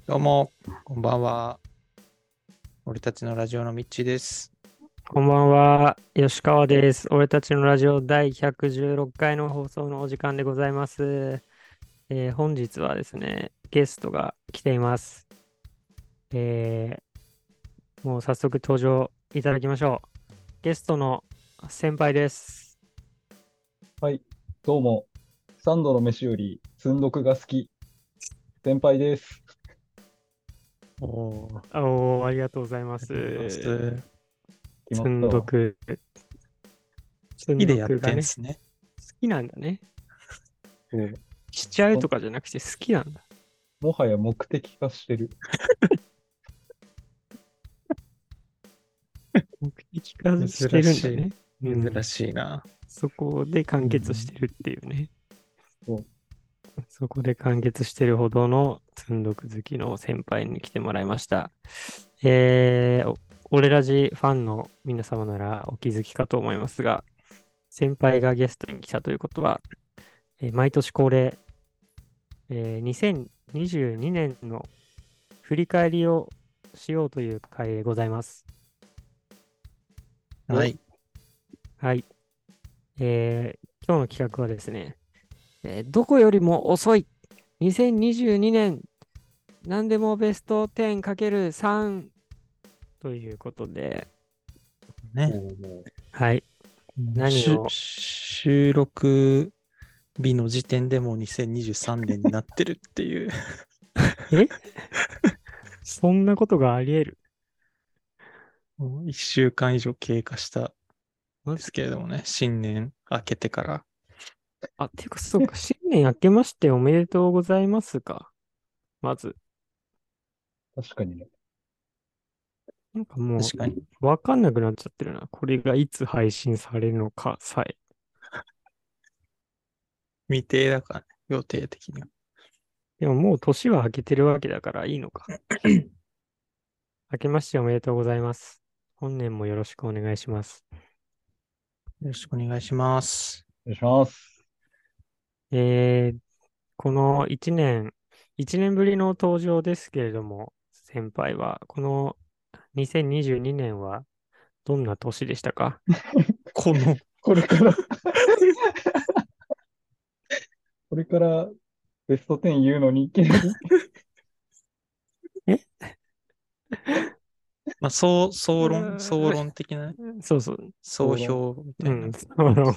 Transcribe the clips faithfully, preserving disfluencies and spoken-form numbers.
どうも、こんばんは。俺たちのラジオのミッチーです。 こんばんは、吉川です。俺たちのラジオ第ひゃくじゅうろっかいの放送のお時間でございます。えー本日はですね、ゲストが来ています。えーもう早速登場いただきましょう。ゲストの先輩です。 はい。どうも。三度の飯より積んどくが好き。先輩です。 おー、あおー、ありがとうございまりがとうございます。 す。 好決ま積ったわ。 んどく、積んきでやっどくがね、 てんすね。 好きなんだね。 そう。 しちゃうそとかじゃなくて好きなんだ。 もはや目的化してる。 目的化して珍しるんだね。うい。珍ん。 しいな。 そこで完結しうん。 てるっていうね。 そう。 そこで完結してるほどの積んどく好きの先輩に来てもらいました。えー、お俺ラジファンの皆様ならお気づきかと思いますが、先輩がゲストに来たということは、えー毎年恒例、えーにせんにじゅうにねんの振り返りをしようという回でございます。 お、 はい。 はい。えー今日の企画はですね、えーどこよりも遅いにせんにじゅうにねん何でもベスト じゅう×さん ということで、 ね。 おー、 はい。何しゅを、 収録日の時点でもうにせんにじゅうさんねんになってるっていう。 えそんなことがあり得る？ もういっしゅうかん以上経過したんですマジか。 けれどもね。新年明けてから。 あ、ていうか、そうか、新年明けましておめでとうございますか。まず、 確かにね。 なんかも確かに。 う、わかんなくなっちゃってるな。これがいつ配信されるのかさえ。 未定だからね。予定的には。 でももう年は明けてるわけだからいいのか。明けましておめでとうございます。本年もよろしくお願いします。 よろしくお願いします。 お願いします。 えー、このいちねん、いちねんぶりの登場ですけれども、先輩は、このにせんにじゅうにねんはどんな年でしたか？ この、 これからこれからベストじゅう言うのにいきなり。 えまあ、総、総う論、総ー論的な、 んそうそう。 総総論。 評みたうん。 いな。 その、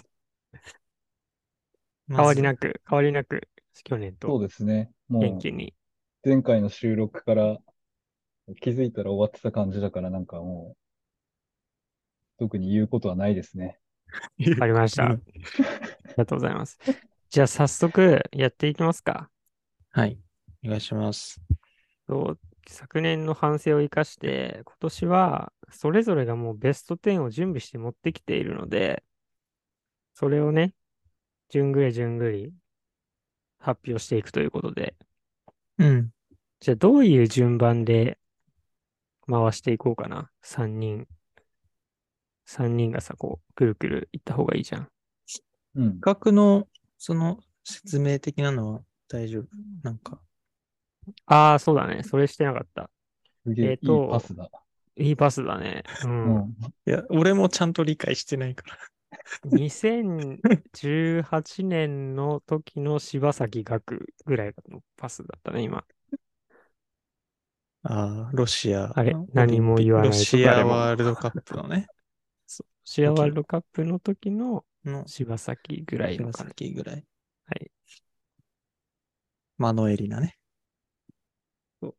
変わりまず、 なく、変わりなく、去年とそうですね。も元気に。 う、前回の収録から気づいたら終わってた感じだから、なんかもう、特に言うことはないですね。 いうわかりました。あことね。 りがとうございます。じゃあ早速やっていきますか。 はい。お願いします。 と昨年の反省を生かして、今年はそれぞれがもうベストじゅうを準備して持ってきているので、それをね、じゅんぐりじゅんぐり発表していくということで、 うん。 じゃあどういう順番で回していこうかな。さんにん。さんにんがさ、こう、くるくるいった方がいいじゃん。 うん。 比較の、その、説明的なのは大丈夫。なんか、 ああ、そうだね。それしてなかった。えすげえいいパっと、 スだ。 いいパスだね。うん。 うん。 いや、俺もちゃんと理解してないから。 にせんじゅうはちねんの時の柴崎岳ぐらいのパスだったね、今。 ああ、ロシアあれ、 のオリ何もンピック、ロ言わないとシア誰も。 ワールドカップのね、 そう、シェアワー時の、 ルドカップの時のの、 柴崎ぐらいの柴感じ。 崎ぐらい。 はい。 マノエリナね。 そう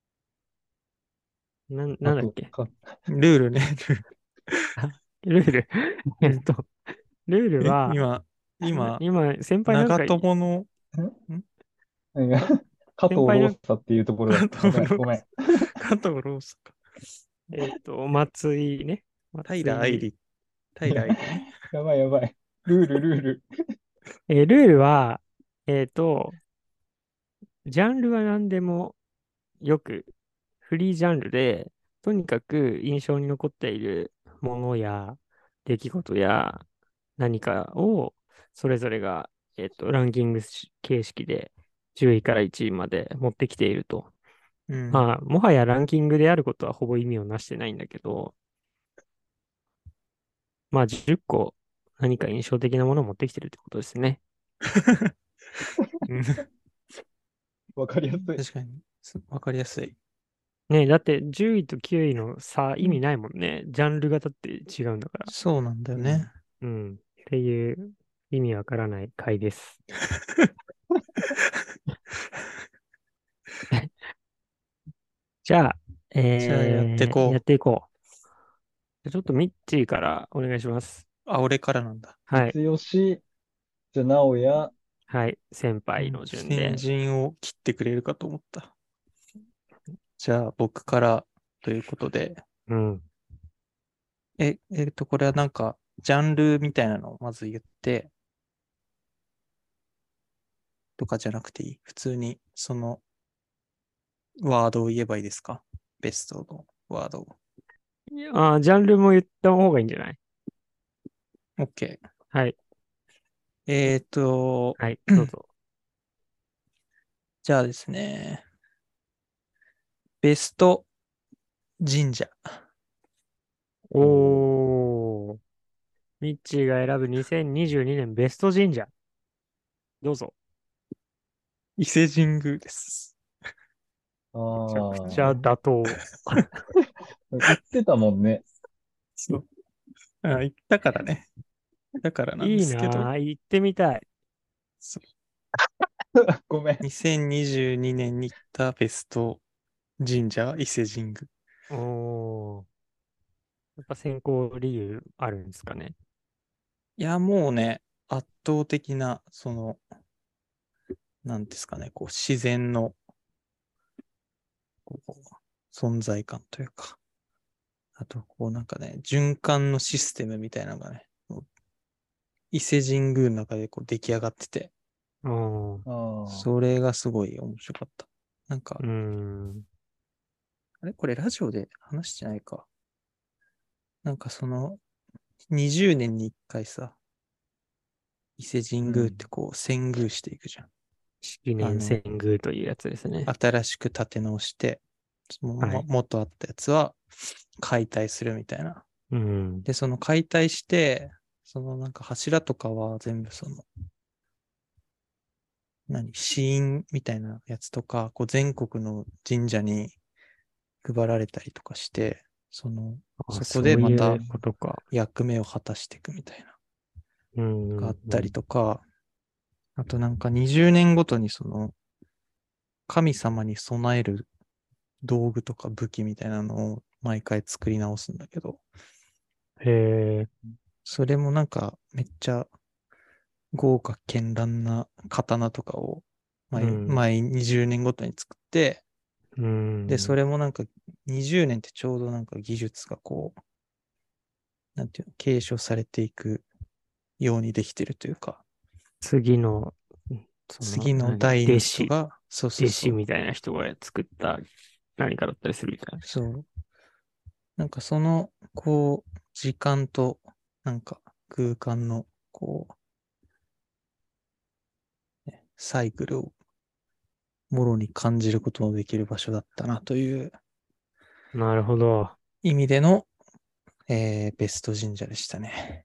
なん、 あと、 なんだっけ。 か、 ルールね、ルール。 あルール。えっと、ルールえ、 は、 今、今、 今、先輩なん長かい、 友の、 んん何が加藤先輩なんか、 ローサっていうところだ加った。ごめん、 藤ロース、 ごめん。 加藤ロースか。 えっと、松井ね。松井。 平愛理、平愛理ね。 やばいやばい。ルール、ルール。 えールールは、えっと、ジャンルは何でもよく、フリージャンルで、とにかく印象に残っているものや出来事や何かを、それぞれが、えっと、ランキングし形式でじゅういからいちいまで持ってきていると。 うん。 まあ、もはやランキングであることはほぼ意味をなしてないんだけど、まあ、じゅっこ何か印象的なものを持ってきてるってことですね。 うんわかりやすい。 確かに、すわかりやすい。 ね、だってじゅういときゅういの差意うん味ないもんね。ジャンルがだって違うんだから。 そうなんだよね。 うん。 うん。っていう意味わからない回です。じゃあ、 じゃあやってえー、やっこう。 ていこう。じゃあちょっとミッチーからお願いします。 あ、俺からなんだ。 はい。 いつよし、じゃあ、なおや、 はい。先輩うんの順先で。 陣を切ってくれるかと思った。じゃあ僕からということで、 うん。 え、えっと、これはなんか、ジャンルみたいなのをまず言って、とかじゃなくていい。普通に、その、ワードを言えばいいですか？ベストのワードを。 あー、ジャンルも言った方がいいんじゃない？ OK。 はい。 えっと、 はい。どうぞ。 じゃあですね、ベスト神社。 おー、 おー。ミッチーが選ぶにせんにじゅうにねんベスト神社。どうぞ。 伊勢神宮です。 あめちゃくちゃあ、 妥当。 言ってたもんね。 そう。あ、言ったからね。だからなんでいいすけど、 なぁ。行ってみたい。 そう。 ごめん。 にせんにじゅうにねんに行ったベスト神社は伊勢神宮。 おー。やっぱ選考理由あるんですかね。 いや、もうね、圧倒的な、その、なんですかね、こう、自然の、こう、存在感というか、あと、こう、なんかね、循環のシステムみたいなのがね、もう伊勢神宮の中でこう出来上がってて、 おー。 ああ、 それがすごい面白かった。なんか、 うーん。 あれこれラジオで話してないか。なんかその、にじゅうねんにいっかいさ、伊勢神宮ってうん。 こう、遷宮していくじゃん。 式年あの、 遷宮というやつですね。 新しく建て直して、そのもはい。 元あったやつは解体するみたいな。 うん。 で、その解体して、そのなんか柱とかは全部その、何、死因みたいなやつとか、こう全国の神社に配られたりとかして、その、 あ、 そこでそういまたうことか。 役目を果たしていくみたいな、 うん。 があったりうん。 とか、あとなんかにじゅうねんごとにその、神様に備える道具とか武器みたいなのを毎回作り直すんだけど、 へえ。 それもなんかめっちゃ豪華絢爛な刀とかを毎、 うん。 毎にじゅうねんごとに作って、 うで、そん。 れもなんかにじゅうねんってちょうどなんか技術がこう、なんていうの、継承されていくようにできてるというか、 次の、その、 次の何代の弟子、 人が、そうそう弟そう、 子みたいな人が作った何かだったりするみたいな。 そう、なんかその、こう、時間と、なんか空間の、こう、ねサイクルをもろに感じることのできる場所だったなというなるほど。 意味での、えーベスト神社でしたね。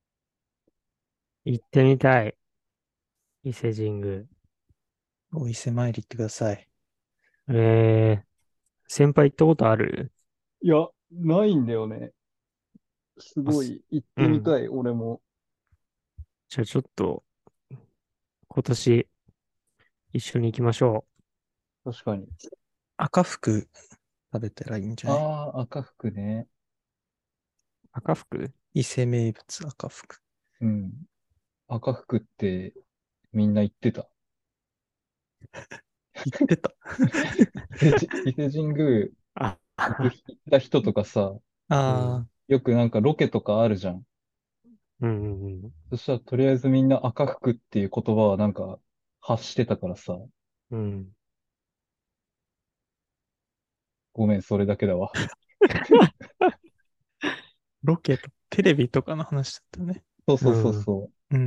行ってみたい。伊勢神宮。 お伊勢参り行ってください。 えー、先輩行ったことある？ いや、ないんだよね。すあすごい行っうん。 てみたい、俺も。 じゃあちょっと、今年一緒に行きましょ確かに。 赤福食べたらいいんじゃない？ ああ、赤服ね。 う。赤福？ 伊勢名物赤福。 うん。赤服ってみんな言ってた。 言ってた。 伊勢神伊勢神宮あ、 行く、行った人とかさ、 うん。 ああ、 よくなんかロケとかあるじゃん。 うんうんうん。 そしたらとりあえずみんな赤服っていう言葉はなんか発してたからさ、 うん。 ごめん、それだけだわ。 ロケとテレビとかの話だったね。 そうそうそううん。 そうん。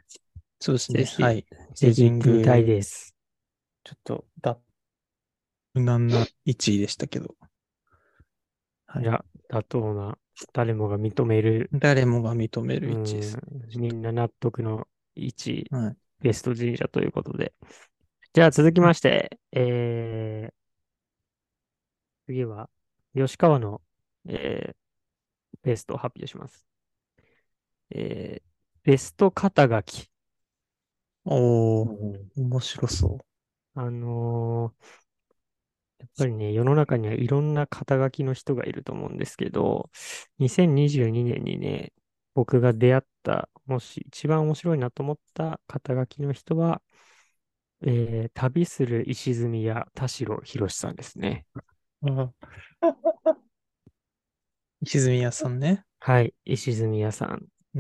そうですね。はぜひ、 い。伊勢ぜひ神行ってみたい宮、 です。 ちょっとだ無難ないちいでしたけど。はいい。 や、妥当な、誰もが認める、 誰もが認めうるいちいでん、 す。 みんな納得のいちい、 はい。 ベスト神社ということで。じゃあ続きうんまして、えー、次は、吉川の、えー、ベストを発表します。えー、ベスト肩書き。 おー、 うん面白そあのーやっぱりね、世の中にはいろんな肩書きの人がいると思うんですけど、にせんにじゅうにねんにね、僕が出会った、もし一番面白いなと思った肩書きの人は、えー旅する石積や田代博さんですね。 う。あー石積屋さんね。 はい、石積屋さん。 うん。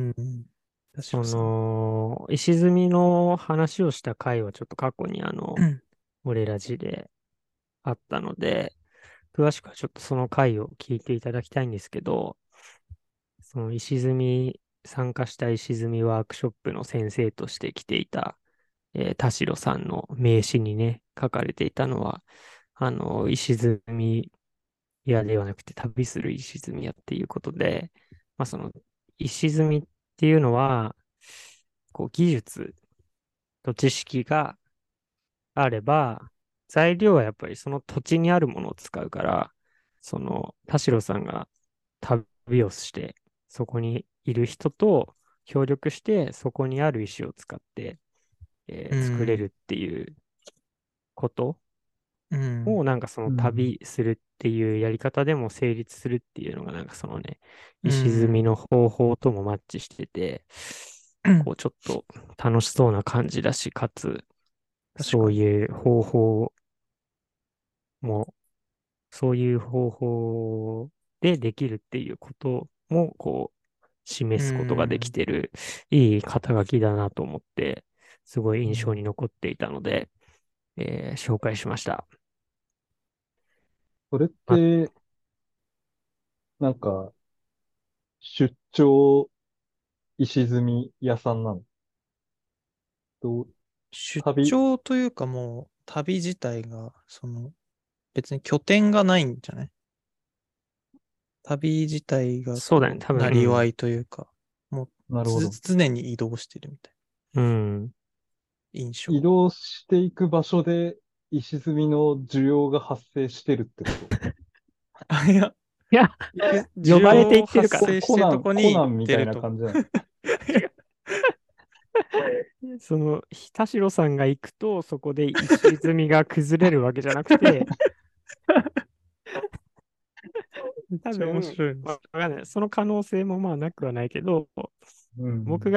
田そ代さん。 の、石積みの話をした回はちょっと過去にあの、 うん。 俺らじであったので、詳しくはちょっとその回を聞いていただきたいんですけど、その石積み、参加した石積みワークショップの先生として来ていた、えー田代さんの名刺にね、書かれていたのは、あの、石積み屋ではなくて旅する石積み屋っていうことで、まあその石積みっていうのは、こう技術と知識があれば、材料はやっぱりその土地にあるものを使うから、その田代さんが旅をして、そこにいる人と協力して、そこにある石を使って、えうー作れん。 るっていうことうん。 をなんかそのうん旅するっていうやり方でも成立するっていうのがなんかそのね、 う石積みん。 の方法ともマッチしてて、こうちょっと楽しそうな感じだし、かつそう確かに。 いう方法も、そういう方法でできるっていうこともこうう示すことができん。 てるいい肩書きだなと思って、すごい印象にうん残っていたので、えー紹介しました。 それっまて、なんか、出張石積み屋さんなの？と、 出旅、 張というかもう旅自体が、その別に拠点がないんじゃない？旅自体がそうだね、 こう、 多分、 なりわいというか、もうつなるほど。 常に移動してるみたいうん。うん。 な印象。 移動していく場所で石積みの需要が発生してるってこと？ あ、いや、 いや、 い需呼ばれてい要発ってるから。 コ、 生してるとコナン、 こに行っコナンみたいなてると思う。 感じなの？ その、田代さんが行くと、そこで石積みが崩れるわけじゃなくて、 めっちゃ面多分、 白いです。 まあ、わかんない。その可能性もまあなくはないけど、 うん。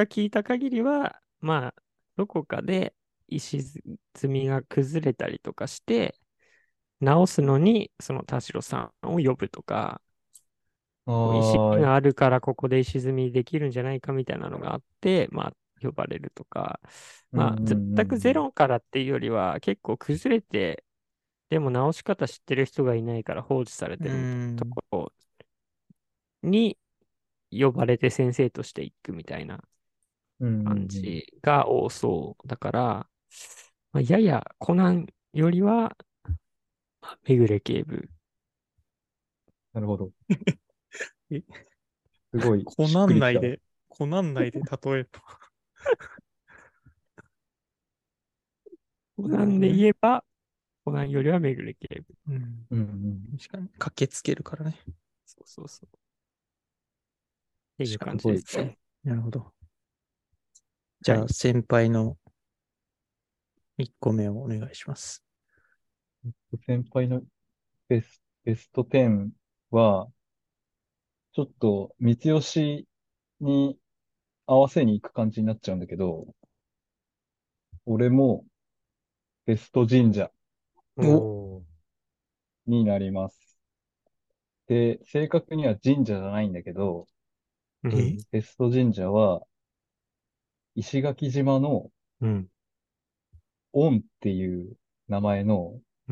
僕が聞いた限りは、まあ、どこかで石積みが崩れたりとかして、直すのに、その田代さんを呼ぶとか、こう石ああ、 があるからここで石積みできるんじゃないかみたいなのがあって、まあ、呼ばれるとか、 うんまあ、 うんう全くゼんロからっていうよりは、結構崩れて、でも直し方知ってる人がいないから放置されうてるとん。 ころに呼ばれて先生として行くみたいなうん。うんうん感うん。 じが多そう。だから、まあ、ややコナンよりは、まあめぐれ警部。 なるほど。 え、 すごいコナしっくりきたわ。 ン内で、コナン内で例えると。 コナンでなるほどね。 言えば、コナンよりはめぐれ警部。 うん。 うんうん。 確かに。駆けつけるからね。 そうそうそう。っていう感確かに。 すごい。 じですね。 なるほど。じゃあ、 はい。 先輩のいっこめをお願いします。 先輩のベス、ベストじゅうは、ちょっと三つ星に合わせに行く感じになっちゃうんだけど、俺もベスト神社お、 おー。 になります。で、正確には神社じゃないんだけど、 え、 うん。 ベスト神社は石垣島のうん。 恩っていう名前の、 うん。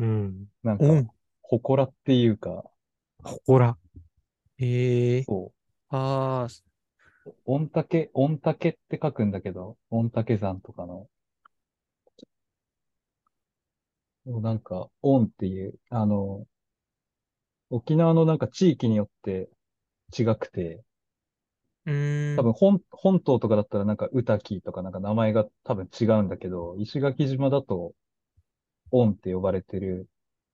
なんか、 オン。 祠っていうか、 ほこら。 ええ、 そああ、 う、御嶽、御嶽って書くんだけど、御嶽山とかの、 もうなんか、オンっていう、あの、沖縄のなんか地域によって違くて、 うーん。 多分本、本島とかだったらなんか歌木とかなんか名前が多分違うんだけど、石垣島だとオンって呼ばれてる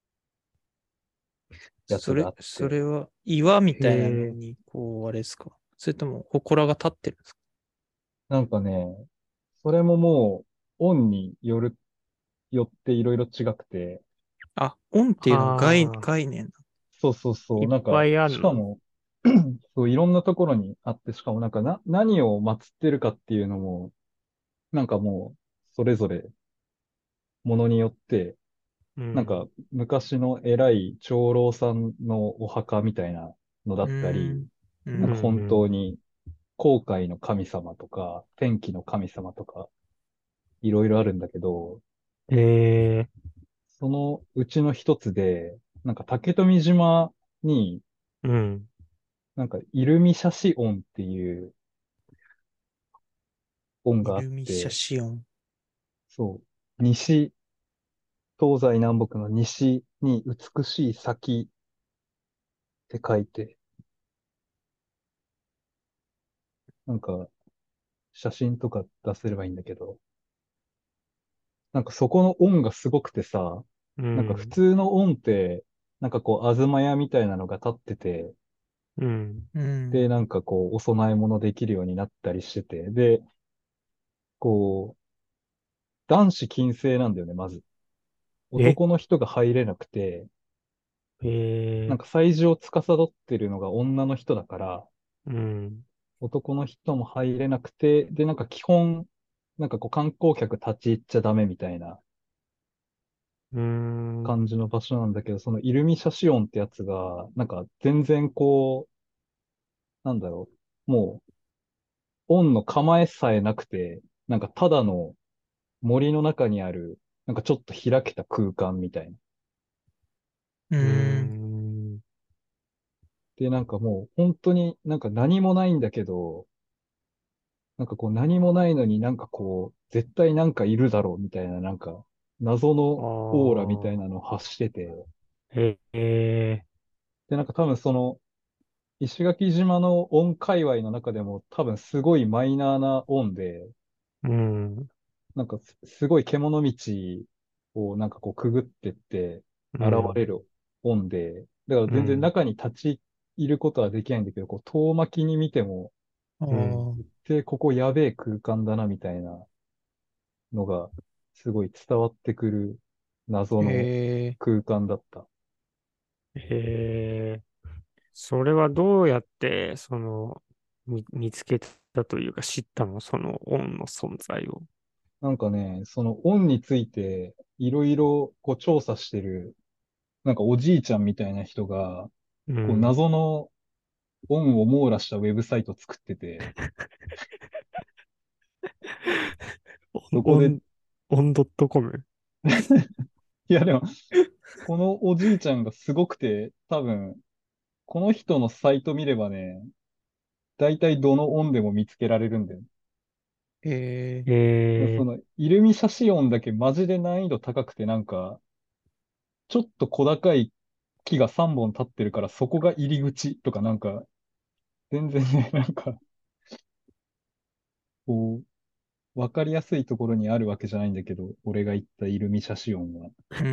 やつがあそれ、 って、 それは岩みへたいなのえ。 に、こう、あれですか？それとも、祠が立ってるんですか？ なんかね、それももうオンによる、よっていろいろ違くて、 あ、オンっていうのは概、 ああ、 概念だ。 そうそうそう、 いっなんか、 ぱいあんの？ しかも、そういろんなところにあって、しかもなんかな、何を祀ってるかっていうのも、なんかもう、それぞれものによって、なんかうん。 昔の偉い長老さんのお墓みたいなのだうったり、 ーん。ううん、 ん。 なんか本うん。 当に航海の神様とか、天気の神様とか、いろいろあるんだけど、 ええ、 そのうちの一つで、なんか竹富島に、 うん。 なんかイルミシャシオンっていう音があっイルミシャて、 シオン。 そう、西、東西南北の西に美しい先って書いて、なんか写真とか出せればいいんだけど、なんかそこの音がすごくてさ、 うなんか普ん。 通の音って、なんかこう、東屋みたいなのが立ってて、 うん。 うで、 ん。 なんかこう、お供え物できるようになったりしてて、で、こう、男子禁制なんだよね、まず。 え、 男の人が入れなくて、なんええ、 か祭事を司ってるのが女の人だから、 うん。 男の人も入れなくて、で、なんか基本、なんかこう観光客立ち入っちゃダメみたいなうーん。 感じの場所なんだけど、そのイルミシャシオンってやつが、なんか全然こう、なんだろう、もう、オンの構えさえなくて、なんかただの森の中にある、なんかちょっと開けた空間みたいな。 ううーん。 ん。 で、なんかもう本当になんか何もないんだけど、なんかこう何もないのになんかこう、絶対なんかいるだろうみたいな、なんか謎あのオーラみたいあ。 なのを発してて、 ええ、 で、なんか多分その、石垣島の音界隈の中でも多分すごいマイナーな音で、 うん。 なんかすすごい獣道をなんかこうくぐってって現うん。 れる音で、だから全然うん。 中に立ち入ることはできないんだけど、こう遠巻きに見ても、 あうん。 あ。 で、ここやべえ空間だなみたいなのがすごい伝わってくる謎のええ。 空間だった。 ええ、それはどうやって、その、見、見つけたというか知ったの？その音の存在を。 なんかね、その音についていろいろこう調査してる、なんかおじいちゃんみたいな人が、こううん。 謎の音を網羅したウェブサイト作ってて、そこで、 オン、オンドットコム。 いやでも、このおじいちゃんがすごくて、多分、この人のサイト見ればね、大体どの音でも見つけられるんだよ。 ええ。 でそええ、 の、イルミ写真音だけマジで難易度高くて、なんか、ちょっと小高い木がさんぼん立ってるから、そこが入り口とかなんか、全然ね、なんか、こう、わかりやすいところにあるわけじゃないんだけど、俺が言ったイルミ写真音は。 うん。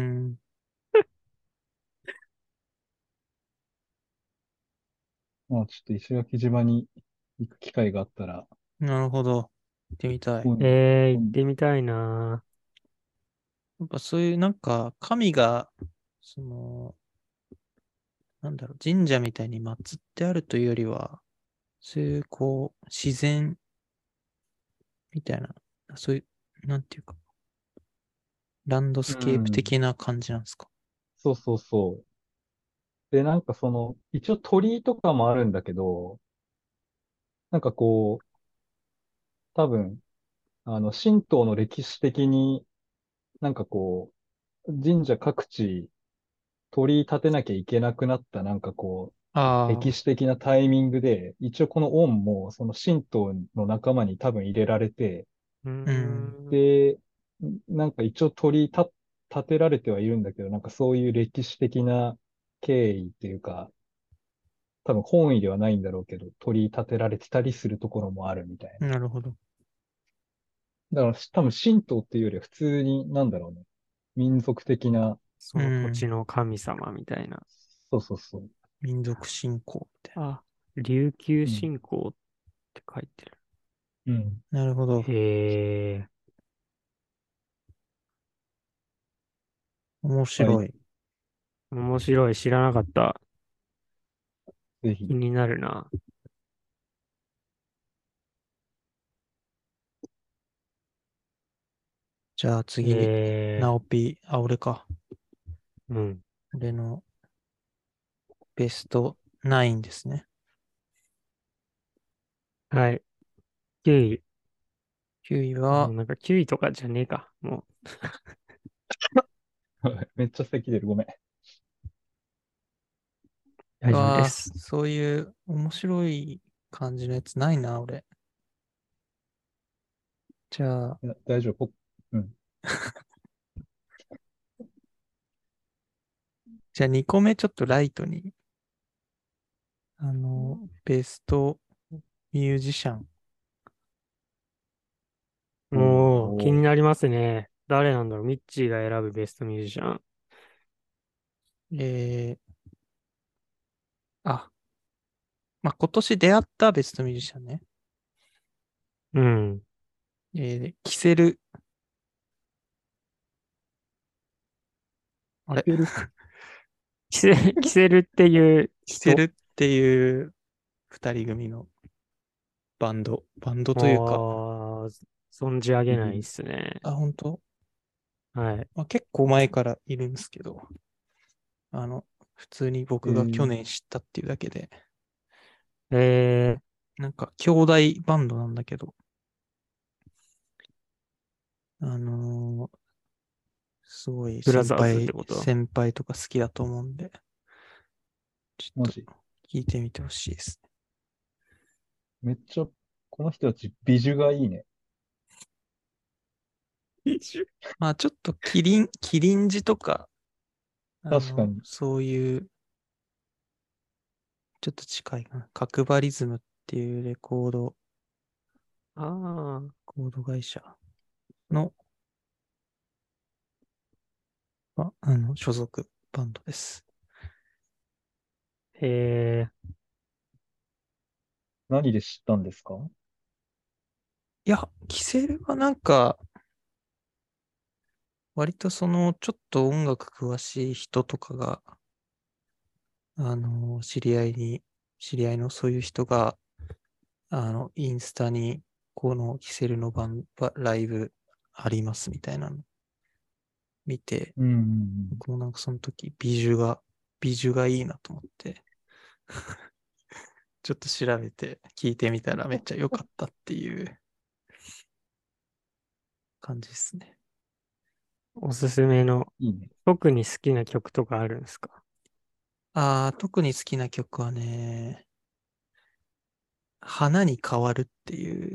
まあ、ちょっと石垣島に行く機会があったら、 なるほど。行ってみたい。 音、 ええ、行っ音、 てみたいな。 やっぱそういうなんか、神が、その、なんだろう、神社みたいに祀ってあるというよりは、そういう、こう、自然みたいな、そういう、なんていうか、ランドうスケープん。 的な感じなんですか？ そうそうそう。で、なんかその、一応鳥居とかもあるんだけど、なんかこう、多分、あの、神道の歴史的になんかこう、神社各地鳥居立てなきゃいけなくなったなんかこう、歴ああ、 史的なタイミングで、一応この恩もその神道の仲間に多分入れられて、 うーうん、 ん。 で、なんか一応鳥居立っ立てられてはいるんだけど、なんかそういう歴史的な経緯っていうか、多分本意ではないんだろうけど、取り立てられてたりするところもあるみたいな。 なるほど。 だから多分神道っていうよりは普通に、なんだろうね。民族的な、 その土地うん。 の神様みたいな。 そうそうそう。 民族信仰みたいあ、琉球うん。 信仰って書いてる。 うん。 な。なるほど。 へえ、 面はい。 白い。 面白い。知らなかった。 ぜひ。 気になるな。 じゃあ次、 えナオピ、あ、俺か。 ー、うん。 俺のベストナインですね。 はい。きゅうい。 きゅういは、 もうなんかきゅういとかじゃねえか。もめっちゃ咳出る。ごめん。 う大丈夫であす。 そういう面白い感じのやつないな、俺。じゃあ、 いや、大丈夫。ほうん。 じゃあにこめちょっとライトに、あの、ベストミュージシャン。 もう気おー。 になりますね。誰なんだろう。ミッチーが選ぶベストミュージシャン。 えー、あ、まあ、今年出会ったベストミュージシャンね。 うん。 えー、キセル、あれいける。 キセ、キセルっていう人。 キセルっていう二人組のバンド。バンドというか、 ああ、存じ上げないっえーすね。 あ、本当はい。 まあ、結構前からいるんですけど、あの、普通に僕が去えー年知ったっていうだけで、 えー、 なんか兄弟バンドなんだけど、あのーすごいブラザーズって先輩、 こと先輩とか好きだと思うんで、ちょっとマジ。 聞いてみてほしいですね。 めっちゃ、この人たち美女がいいね。 まあちょっとキリン、キリンジとか、あの、 確かに。 そういうちょっと近いかな。角張リズムっていうレコード、 ああ、 コード会社の、ああの、所属バンドです。 え何で知ったんですか？ いや、キセルはなんか、割とその、ちょっと音楽詳しい人とかが、あの、知り合いに、知り合いのそういう人が、あの、インスタに、このキセルのバン、バライブありますみたいなの見て、 うんうん僕もなんかその時、ビジュが、ビジュがいいなと思って、ちょっと調べて聞いてみたらめっちゃ良かったっていう感じですね。 ー、おすすめの、 うん。いいね。 特に好きな曲とかあるんですか？ ああ、特に好きな曲はね、花に変わるっていう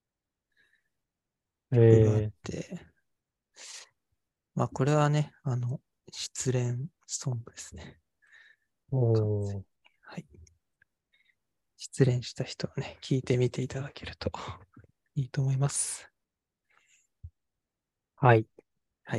曲があっえて、まあこれはね、あの、失恋ソングですね。 ー、 完全に。 おー、 はい。失恋した人はね、聞いてみていただけるといいと思います。 はい。 はい。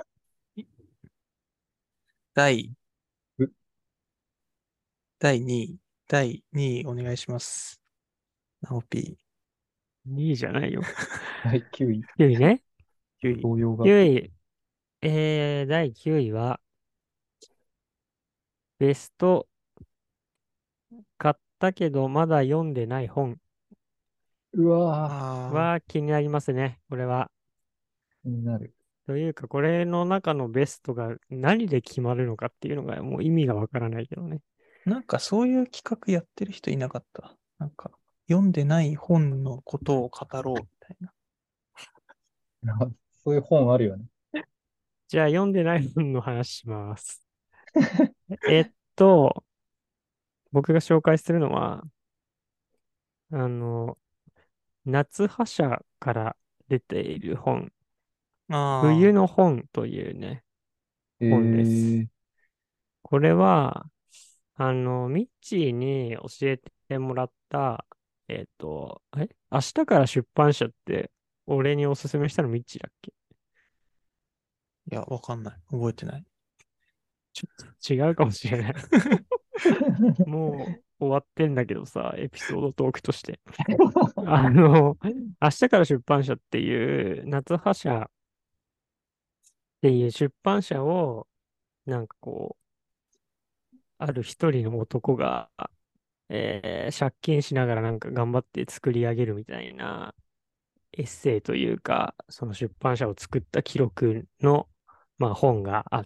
第、 う第にい、第にいお願いします。ナオピにいじゃないよ。 はい、きゅうい。 きゅういね。 ー、きゅうい。 動揺が。 きゅうい、えー、だいきゅういは、ベスト、買ったけどまだ読んでない本うわあは気になりますね。これは。 ー、気になる。 というか、これの中のベストが何で決まるのかっていうのがもう意味がわからないけどね。 あ、なんかそういう企画やってる人いなかった。なんか、読んでない本のことを語ろうみたいな。 あそういう本あるよね。 じゃあ読んでない本の話します。えっと、僕が紹介するのは、あの、夏葉社から出ている本ああ、 冬の本というね、 え本です。 ー、 これは、あの、ミッチーに教えてもらった、えっと、え明日から出版社って、俺におすすめしたのミッチーだっけ？ いや、わかんない。覚えてない。 ちょっと違うかもしれない。もう終わってんだけどさ、エピソードトークとして。あの、明日から出版社っていう、夏葉社っていう出版社を、なんかこう、ある一人の男が、えー借金しながらなんか頑張って作り上げるみたいなエッセイというか、その出版社を作った記録の、まあ、本があって、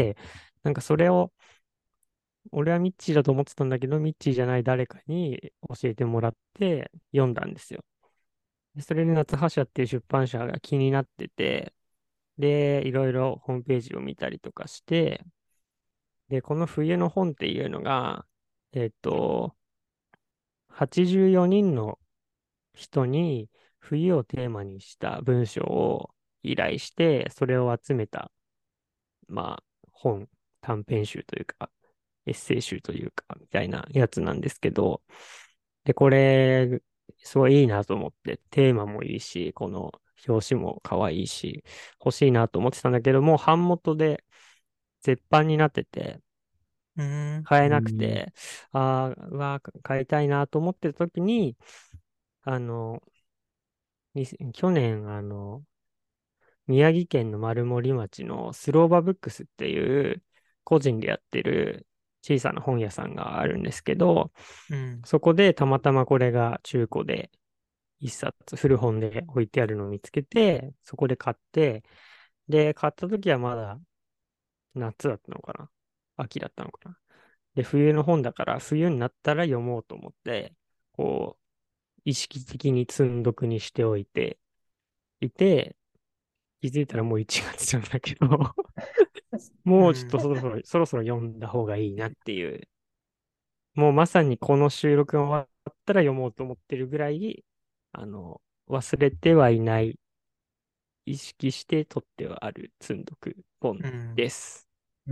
なんかそれを、俺はミッチーだと思ってたんだけど、ミッチーじゃない誰かに教えてもらって読んだんですよ。でそれで夏葉社っていう出版社が気になってて、で、いろいろホームページを見たりとかして、で、この冬の本っていうのが、えっと、はちじゅうよにんの人に冬をテーマにした文章を依頼して、それを集めた、まあ、本、短編集というか、エッセイ集というか、みたいなやつなんですけど、で、これ、すごいいいなと思って、テーマもいいし、この表紙も可愛いし、欲しいなと思ってたんだけども、版元で絶版になってて、 うーん。 買えなくえー、 て、ああ、うわー、買いたいなと思ってた時に、あの、に去年、あの、宮城県の丸森町のスローバブックスっていう個人でやってる小さな本屋さんがあるんですけど、 うん。 そこでたまたまこれが中古で一冊古本で置いてあるのを見つけて、そこで買って、で、買った時はまだ夏だったのかな、秋だったのかな。で、冬の本だから冬になったら読もうと思って、こう、意識的に積んどくにしておいていて、気づいたらもういちがつなんだけどもうちょっとうん。 そろそろ、そろそろ読んだ方がいいなっていう、もうまさにこの収録が終わったら読もうと思ってるぐらい、あの、忘れてはいない、意識して取ってはある積んどく本うん。 です。 うん、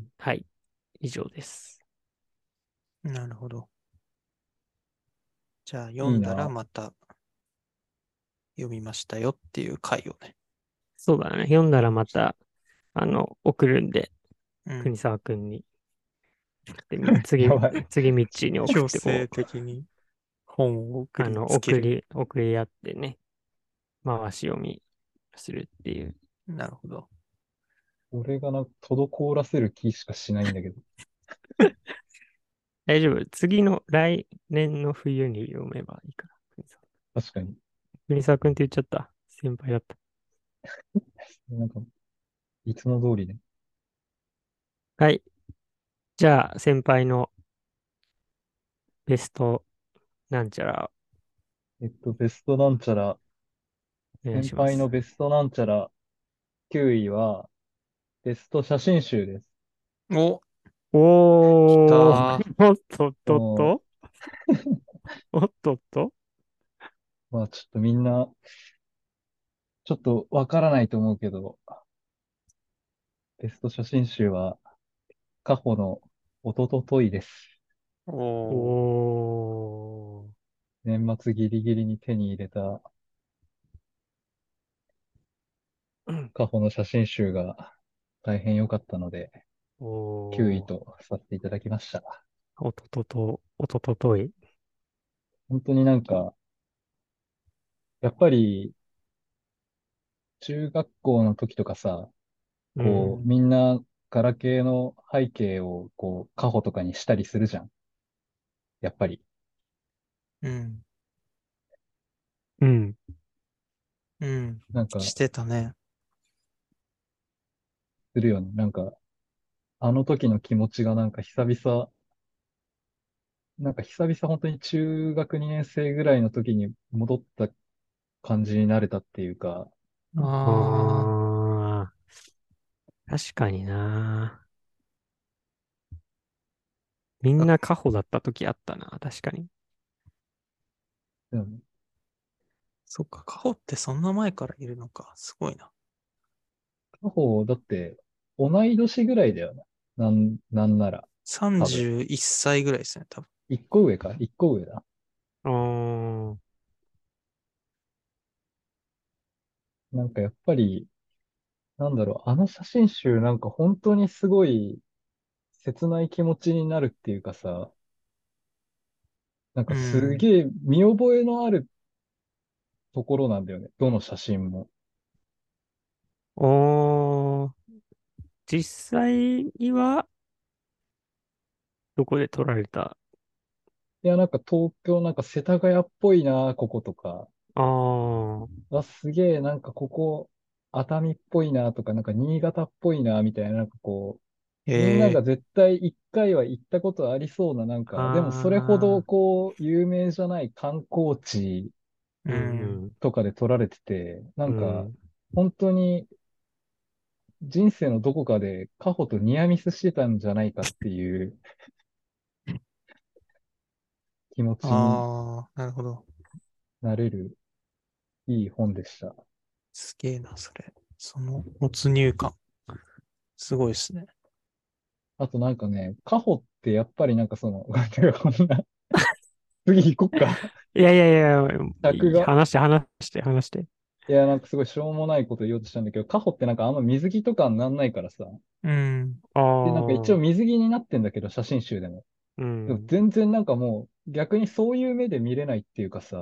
はい、以上です。 なるほど。じゃあ、読んだらいいな。 また読みましたよっていう回をね。 そうだね。読んだらまた、あの、送るんで、 うん。 国沢くんに。で、み次、 やばい。 次ミッチーに送っ強制てこう、 的に本を送りあの、 つける。 送り、送り合ってね、回し読みするっていう。 なるほど。 俺がなんか滞らせる気しかしないんだけど。 大丈夫。次の来年の冬に読めばいいから。国沢確かに。 国沢くんって言っちゃった。先輩だった。 なんか、いつも通りね。 はい。じゃあ、先輩のベストなんちゃらえっと、ベストなんちゃら、 お願い先輩のします。 ベストなんちゃらきゅういは、ベスト写真集です。 お、来おー、 た。 おっとっこの、 とっと、おっとっと、 まあちょっとみんな、ちょっとわからないと思うけど、ベスト写真集は、カホのおととといです。 おー。 おー、 年末ギリギリに手に入れたうん、 カホの写真集が大変良かったので、きゅういおー、 とさせていただきました。 おととと、おとととい。 本当になんか、やっぱり中学校の時とかさ、こう、 うん、 みんなガラケーの背景をこう、カホとかにしたりするじゃん。やっぱり。 うん。 うん、 うん。 なんか、 してたね。 するよね。なんか、あの時の気持ちがなんか久々、なんか久々本当に中学にねん生ぐらいの時に戻った感じになれたっていうか、 ああー、確かにな。みんあ。 なカホだった時あったな。確かに。 うん、 そっか、カホってそんな前からいるのか。すごいな。 カホ、だって、同い年ぐらいだよな。なん、なんなら、多分。 さんじゅういっさいぐらいですね、多分。 一個上か一個上だ。 あー、 なんかやっぱり、なんだろう、あの写真集なんか本当にすごい切ない気持ちになるっていうかさ、なんかすうん。 げえ見覚えのあるところなんだよね。どの写真も。 おー、実際にはどこで撮られた？ いや、なんか東京なんか世田谷っぽいな、こことか。 あー、 あ、すげえ、なんかここ、熱海っぽいなとか、なんか新潟っぽいな、みたいな、なんかこう、みんなえが絶対一回は行ったことありそうな、なんか、でもそれほどあこう、有名じゃない観光地ー、 ー、ううん。 んとかで撮られてて、なうん、 んか、 うん。 本当に人生のどこかでカホとニアミスしてたんじゃないかっていう気持ちにああ、なるほど。 なれるいい本でした。 すげえな、それ。その没入感。すごいですね。 あとなんかね、カホってやっぱりなんかその、てかこんな、次行こっか。 いやいやいや、 尺が。 話して、話して、話して。 いや、なんかすごいしょうもないこと言おうとしたんだけど、カホってなんかあんま水着とかになんないからさ。 うん。 あで、なんか一応あ、 水着になってんだけど、写真集でも。でもうん。 全然なんかもう逆にそういう目で見れないっていうかさ、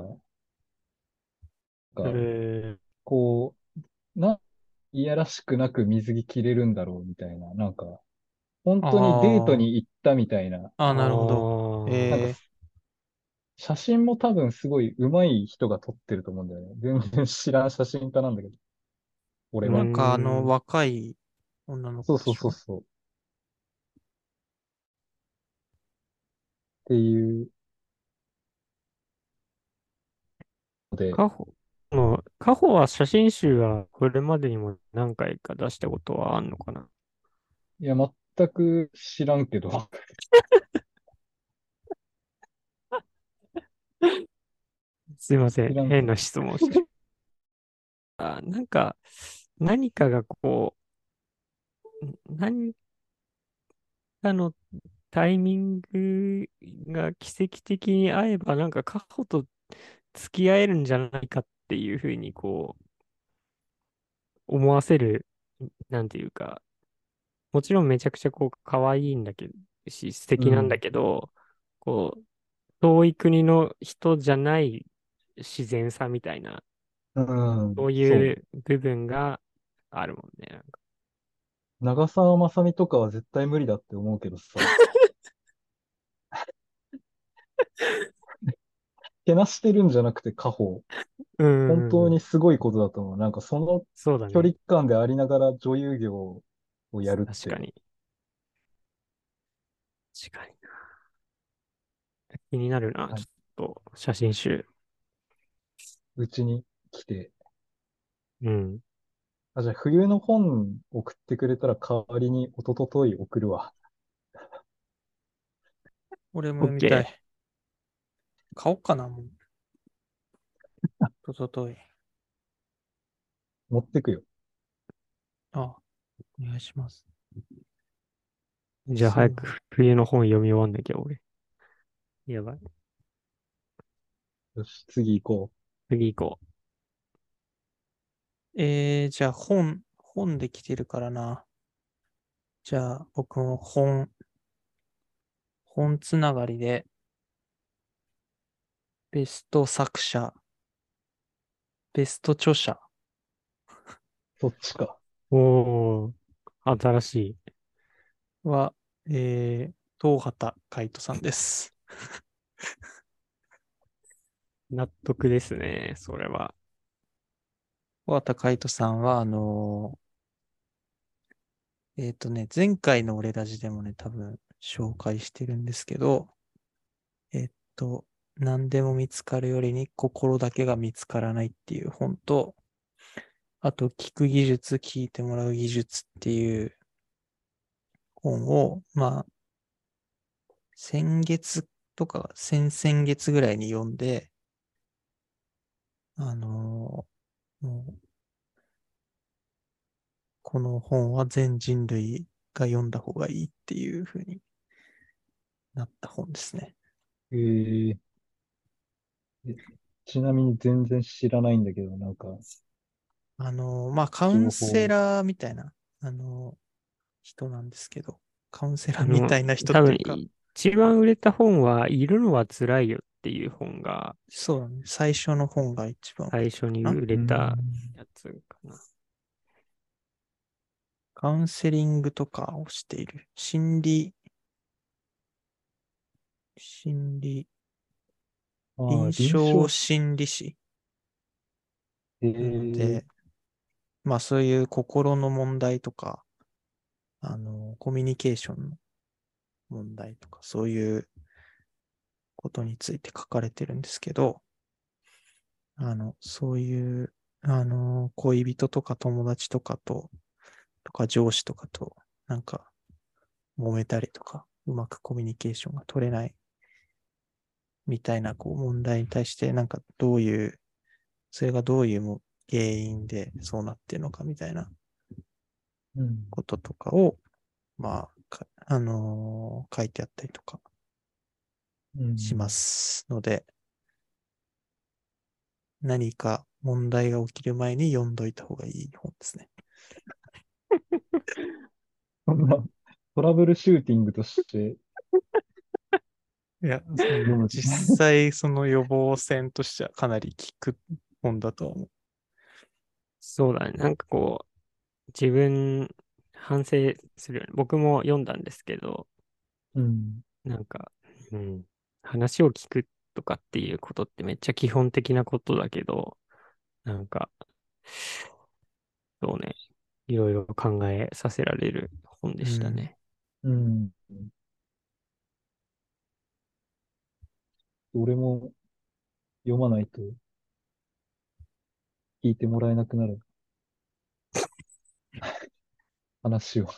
なんかえこう、ないやらしくなく水着着れるんだろうみたいな、なんか、本当にデートあに行ったみたいな、 あ、ああ、 ー、 なるほど。 なんかええ写真も多分すごい上手い人が撮ってると思うんだよね。全然知らん写真家なんだけど、俺うーは。 なんかあの、 ん。 若い女のそうそう子でしょ？ そうそう。っていうので、 カホ、もう、カホは写真集はこれまでにも何回か出したことはあんのかな？ いや、全く知らんけど、 すいません。 知らんけど。 変な質問して。あ、なんか、何かがこう、何かのタイミングが奇跡的に合えば、なんかカホと付き合えるんじゃないかっていうふうにこう、思わせる、なんていうか、もちろんめちゃくちゃこう、可愛いんだけど、し、素敵なんだうん。 けど、こう、遠い国の人じゃない自然さみたいな、 うん、 そうそいう部分があるもんね。なんかう。長澤まさみとかは絶対無理だって思うけどさ、けなしてるんじゃなくて家宝。 うん、うんうん、 本当にすごいことだと思う。なんかその距離そうだね。 感でありながら女優業をやるって、 確かに。確かに。気になるな。 はい、 ちょっと、写真集。 うちに来て、 うん。 あ、じゃあ冬の本送ってくれたら代わりにおとととい送るわ。 俺も読みた OK。 い。買おうかな、もう。とととい。 持ってくよ。 あ、お願いします。 じゃあ早くすぐ。 冬の本読み終わんなきゃ、俺。やばい。 よし、次行こ次行こえー、じゃあ本、本で来てるからな。じゃあ僕も本、本つながりで、ベスト作者、ベスト著者う。そっちか。 う。おー、新しい。 は、えー、東畑海人さんです。 納得ですね、それは。 東畑海人さんは、あのーえっとね、前回の俺ラジでもね、多分紹介してるんですけど、えっと、何でも見つかるよりに心だけが見つからないっていう本と、あと、聞く技術、聞いてもらう技術っていう本を、まあ、先月とか、先々月ぐらいに読んで、あのーもうこの本は全人類が読んだ方がいいっていう風になった本ですね。 えー、えちなみに全然知らないんだけど、なんか、 あの、まあ、カウンセ情報。 ラーみたいな、あの、人なんですけど、カウンセラーみあの、 たいな人っ多分ていうか、 一番売れた本は、いるのは辛いよっていう本がそうだね。最初の本が一番売れ最たかな。 初に売うれたん。 やつかな。 カウンセリングとかをしている。心理、心理、臨ああ、臨床床し、 心理士えなのー、 で、まあそういう心の問題とか、あの、コミュニケーションの問題とか、そういうことについて書かれてるんですけど、あの、そういう、あの、恋人とか友達とかと、とか上司とかと、なんか、揉めたりとか、うまくコミュニケーションが取れないみたいな、こう、問題に対して、なんか、どういう、それがどういう原因でそうなってるのかみたいなうん。 こととかを、まあ、あのー書いてあったりとかうしまん。 すので、何か問題が起きる前に読んどいた方がいい本ですね。 そんな、トラブルシューティングとしていや、その読む。 実際その予防線としてはかなり効く本だと思う。 そうだね。なんかこう、自分、反省するよね。僕も読んだんですけど、 うん。 なんか、うん、話を聞くとかっていうことってめっちゃ基本的なことだけど、なんか、そうね、いろいろ考えさせられる本でうん。 したね。 うん。俺も読まないと聞いてもらえなくなる話を。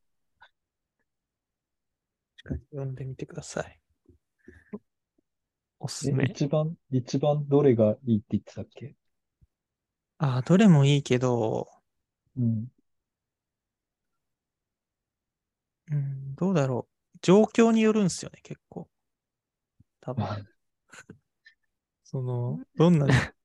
確かに読んでみてください。 え、 おすすめ。 一番、一番どれがいいって言ってたっけ？ ああ、どれもいいけど、 うん。 うん、どうだろう。状況によるんですよね、結構。多分。その、どんな、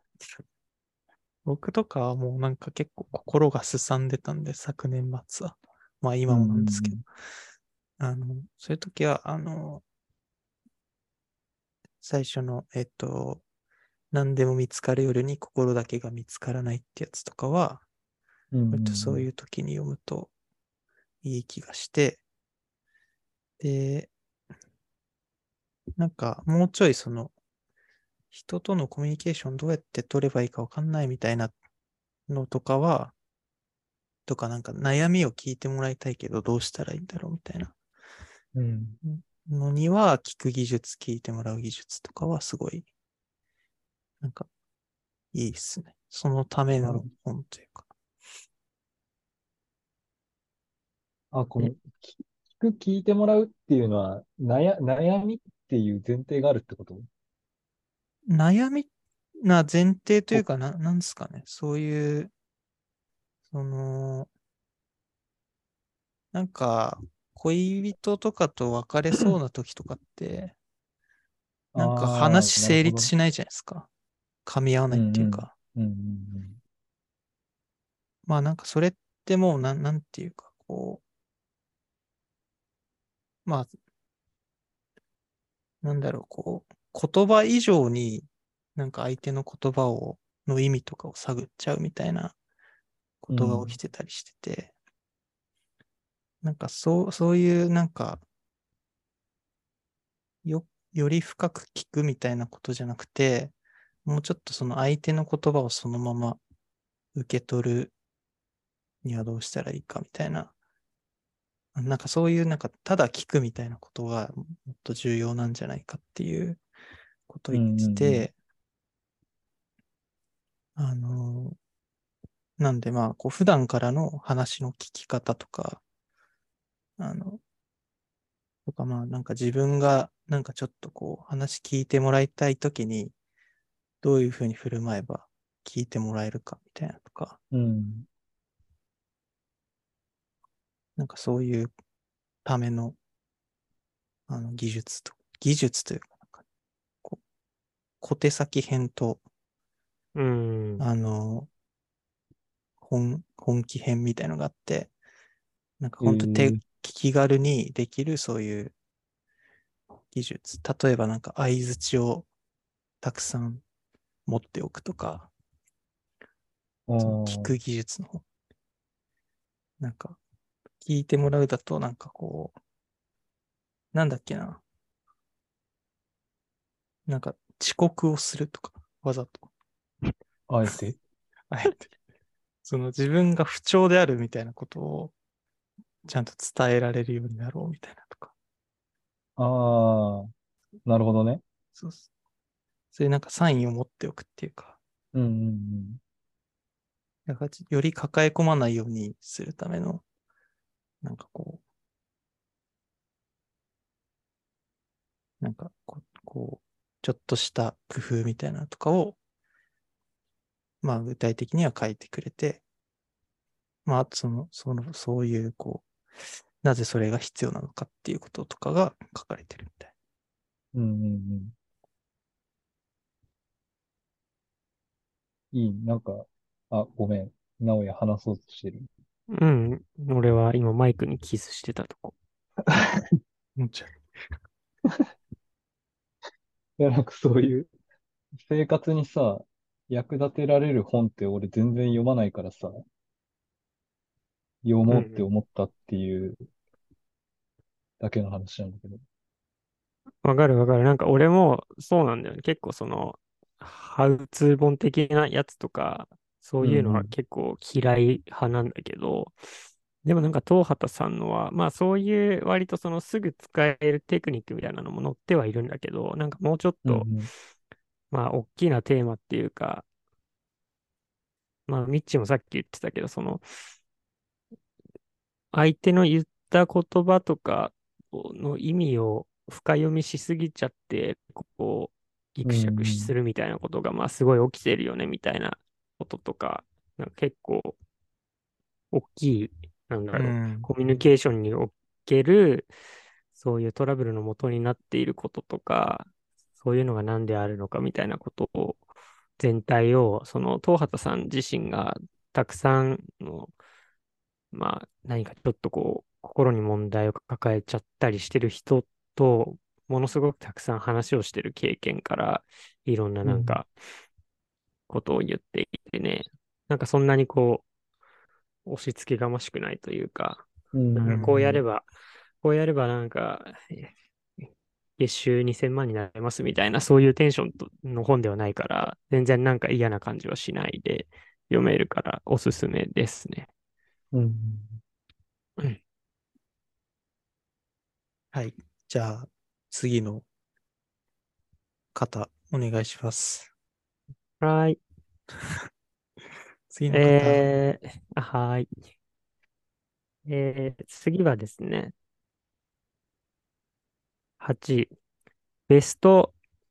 僕とかはもうなんか結構心がすさんでたんで、昨年末は。まあう今もなんですけど。 ん。 あの、そういう時は、あの、最初の、えっと、何でも見つかる夜に心だけが見つからないってやつとかは、 うん。う割とそういん。 う時に読むといい気がして、で、なんかもうちょいその、人とのコミュニケーションどうやって取ればいいかわかんないみたいなのとかは、とかなんか悩みを聞いてもらいたいけどどうしたらいいんだろうみたいなうん。 のには、聞く技術、聞いてもらう技術とかはすごい、なんかいいっすね。そのためのなるほど。 本というか。 あ、こえの、き聞く、聞いてもらうっていうのは、悩、悩みっていう前提があるってこと？ 悩みな前提というこ、 か、な、なんですかね。そういう、その、なんか、恋人とかと別れそうな時とかって、なんかああ、 話成なるほど。 立しないじゃないですか。噛み合わないっうんうん。 ていうか。 うんうんまあなんかそれってもうなん、なんていうか、こう、まあ、なんだろう、こう、言葉以上になんか相手の言葉を、の意味とかを探っちゃうみたいなこうん。うとが起きん。 てたりしてて、なんかそう、そういうなんか、よ、より深く聞くみたいなことじゃなくて、もうちょっとその相手の言葉をそのまま受け取るにはどうしたらいいかみたいな、なんかそういうなんかただ聞くみたいなことがもっと重要なんじゃないかっていうことをうん言ってうんて、あの、なんでまあ、こう普段からの話の聞き方とか、あの、とかまあなんか自分がなんかちょっとこう話聞いてもらいたいときにどういうふうに振る舞えば聞いてもらえるかみたいなとか、 うん。うん。 なんかそういうための、あの技術と、技術というか、なんかこう小手先編と、 うん。 あの、本、本気編みたいのがあって、なんかえ本当手、 ー、 気軽にできるそういう技術。例えばなんか相槌をたくさん持っておくとか、 あその聞ーく技術の方。なんか聞いてもらうだとなんかこう、なんだっけな。なんか遅刻をするとか、わざと。 あえて。 あえて。その自分が不調であるみたいなことをちゃんと伝えられるようになろうみたいなとか。 ああ、なるほどね。 そうそう。そういうなんかサインを持っておくっていうか、 うんうんなんかより抱え込まないようにするための、なんかこう、なんかこう、こうちょっとした工夫みたいなのとかを、まあ具体的には書いてくれて、まああとその、その、そういうこう、なぜそれが必要なのかっていうこととかが書かれてるみたい。 うん。うんうんうん。いい、なんか、あ、ごめん。直哉話そうとしてる。 うん。俺は今マイクにキスしてたとこ。 もちろん。 いや、なんかそういう生活にさ、役立てられる本って俺全然読まないからさ、読もうってうん。 思ったっていうだけの話なんだけど。 わかるわかる。なんか俺もそうなんだよね。結構その、ハウツー本的なやつとか、そういうのはうんうん。 結構嫌い派なんだけど、でもなんか東畑さんのは、まあそういう割とそのすぐ使えるテクニックみたいなのも載ってはいるんだけど、なんかもうちょっと、 うんまあ大きなテーマっていうか、まあミッチーもさっき言ってたけど、その相手の言った言葉とかの意味を深読みしすぎちゃって、こう、ギうん。うクシャクすんるみたいなことが、まあすごい起きてるよね、みたいなこととか、なんか結構大きい、なんだうろう、 ん。 コミュニケーションにおける、そういうトラブルの元になっていることとか、そういうのが何であるのかみたいなことを、全体を、その、東畑さん自身がたくさんの、まあ、何かちょっとこう、心に問題を抱えちゃったりしてる人と、ものすごくたくさん話をしてる経験から、いろんなうん。 なんか、ことを言っていてね、なんかそんなにこう、押し付けがましくないというか、 うん。 うなんかこうやれん。 ば、こうやればなんか、え月収にせんまんになりますみたいな、そういうテンションとの本ではないから、全然なんか嫌な感じはしないで読めるからおすすめですね。 うん。 うん。 はい。じゃあ、次の方、お願いします。 はい。 次の方。 えー、あはい。えー、次はですね、はち、ベスト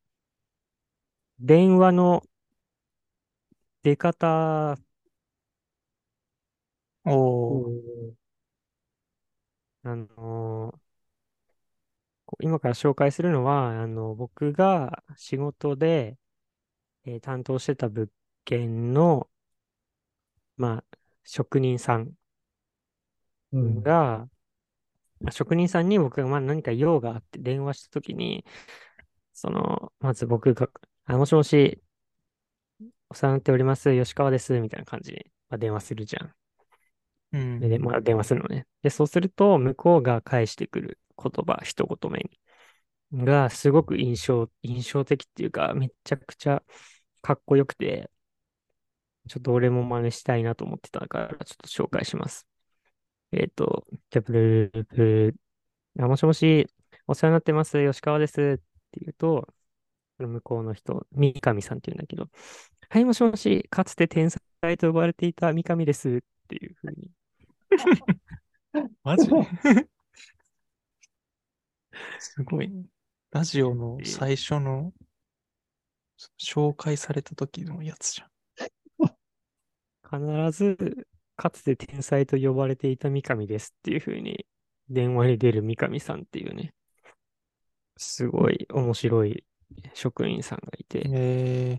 電話の出方。 おー。 おーあのーこ今から紹介するのは、あの、僕が仕事で、えー担当してた物件の、まあ、職人さんうん。 が、まあ職人さんに僕がまあ何か用があって電話したときに、その、まず僕が、あ、もしもし、お世話になっております、吉川です、みたいな感じで、まあ、電話するじゃん。 うで、でん。 まあ、電話するのね。で、そうすると、向こうが返してくる言葉、一言目に、が、すごく印象、印象的っていうか、めちゃくちゃかっこよくて、ちょっと俺も真似したいなと思ってたから、ちょっと紹介します。えっと、じゃあ、ブルーブルー、あ、もしもし、お世話になってます、吉川ですって言うと、向こうの人、三上さんって言うんだけど、はい、もしもし、かつて天才と呼ばれていた三上ですっていうふうに。 マジすごいね。ラジオので最初の紹介された時のやつじゃん。 必ず、 かつて天才と呼ばれていた三上ですっていう風に電話に出る三上さんっていうね、すごい面白い職員さんがいて、 え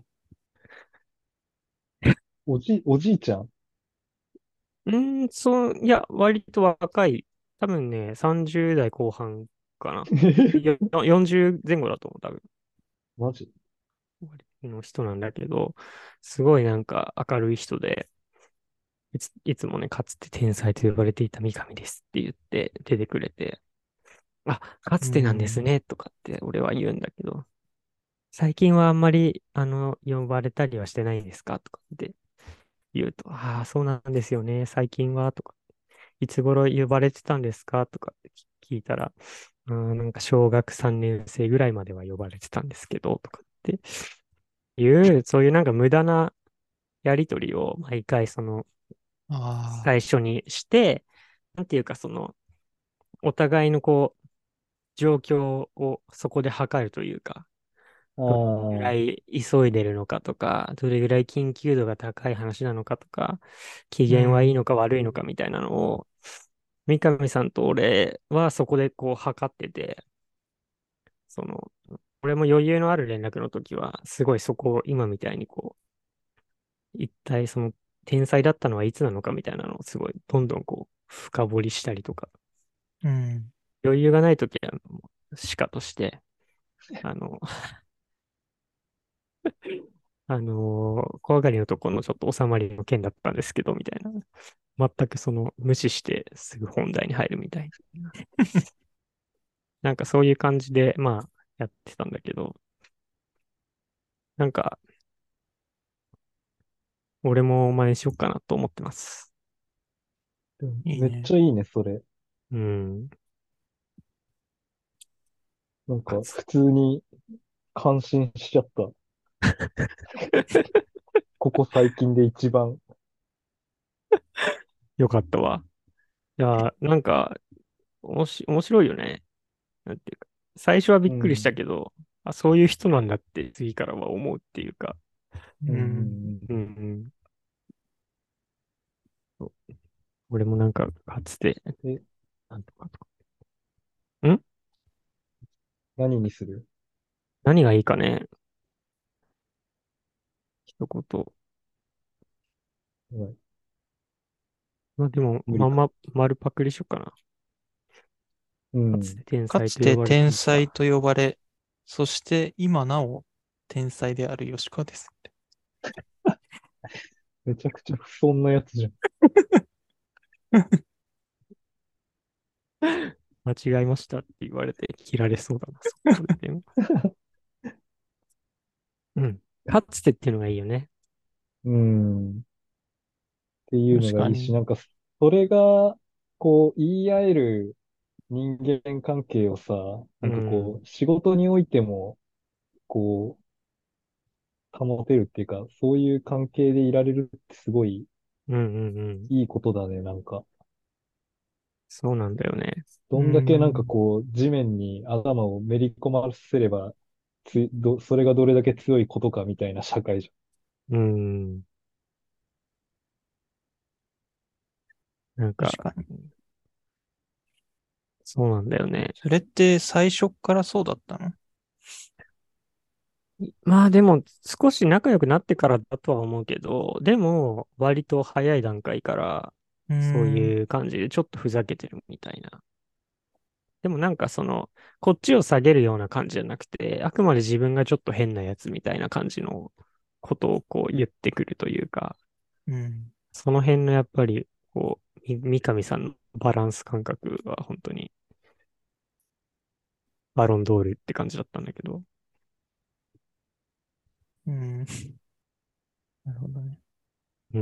おじ、おじいちゃん。 うーん、そう、いや、割と若い、多分ね、さんじゅう代後半かな。よよんじゅう前後だと思う、多分。 マジ？ 割の人なんだけど、すごいなんか明るい人で、いつ、いつもね、かつて天才と呼ばれていた三上ですって言って出てくれて、あ、かー、うつてなんですん。 ね、とかって俺は言うんだけど、最近はあんまり、あの、呼ばれたりはしてないですかとかって言うと、ああ、そうなんですよね、最近は、とか、いつ頃呼ばれてたんですかとかって聞いたら、あーなんか小学さんねん生ぐらいまでは呼ばれてたんですけど、とかっていう、そういうなんか無駄なやりとりを毎回そのあ最初にして、なんていうかその、お互いのこう、状況をそこで測るというか、 あどれぐらあ、 い急いでるのかとか、どれぐらい緊急度が高い話なのかとか、機ー、う嫌はいいのん。 か悪いのかみたいなのを、三上さんと俺はそこでこう測ってて、その、俺も余裕のある連絡の時は、すごいそこを今みたいにこう、一体その天才だったのはいつなのかみたいなのをすごいどんどんこう、深掘りしたりとか、 うん。 余裕がない時はもう、しかとして、あの、あのー怖がりのところのちょっと収まりの件だったんですけど、みたいな。全くその無視してすぐ本題に入るみたいな。なんかそういう感じで、まあ、やってたんだけど、なんか、俺も真似しよっかなと思ってます。 でもめっいいね。 ちゃいいね、それ。 うん。 なんか、 かつ普通に感心しちゃった。ここ最近で一番。 よかったわ。いや、なんか、おもし、面白いよね。なんていうか。最初はびっくりしたうん。 けど、あ、そういう人なんだって次からは思うっていうか。 うん。ううん。 んうん。 うんうん。そう俺もなんか、かつて、 え、 なんとかとか。ん何にする？ 何がいいかね一言。 うん、 まあでも、 無理か。 まんま丸パクリしよっかな。かつてうん。 天才かつと呼ばれてて天いた。 才と呼ばれ、そして今なお天才である吉川です。 めちゃくちゃ不遜なやつじゃん。 間違いましたって言われて切られそうだな、そこで。でもうん。かつてっていうのがいいよね。 うん。っていうのがいいし、 確かに。 なんか、それが、こう、言い合える人間関係をさ、 うなんかん。 こう、仕事においても、こう、保てるっていうか、そういう関係でいられるってすごいうんうんうん。 いいことだね、なんか。 そうなんだよね。 うどんだけなんかん。 こう、地面に頭をめり込ませれば、つ、ど、それがどれだけ強いことかみたいな社会じうん。なんか、 確かに。 そうなんだよね。 それって最初っからそうだったの？ まあでも、少し仲良くなってからだとは思うけど、でも、割と早い段階から、 うーそうん。 いう感じでちょっとふざけてるみたいな。でもなんかその、こっちを下げるような感じじゃなくて、あくまで自分がちょっと変なやつみたいな感じのことをこう言ってくるというか、 うん。 その辺のやっぱり、こう、み三上さんのバランス感覚は本当にバロンドールって感じだったんだけど。 うん。なるほどね。 うん。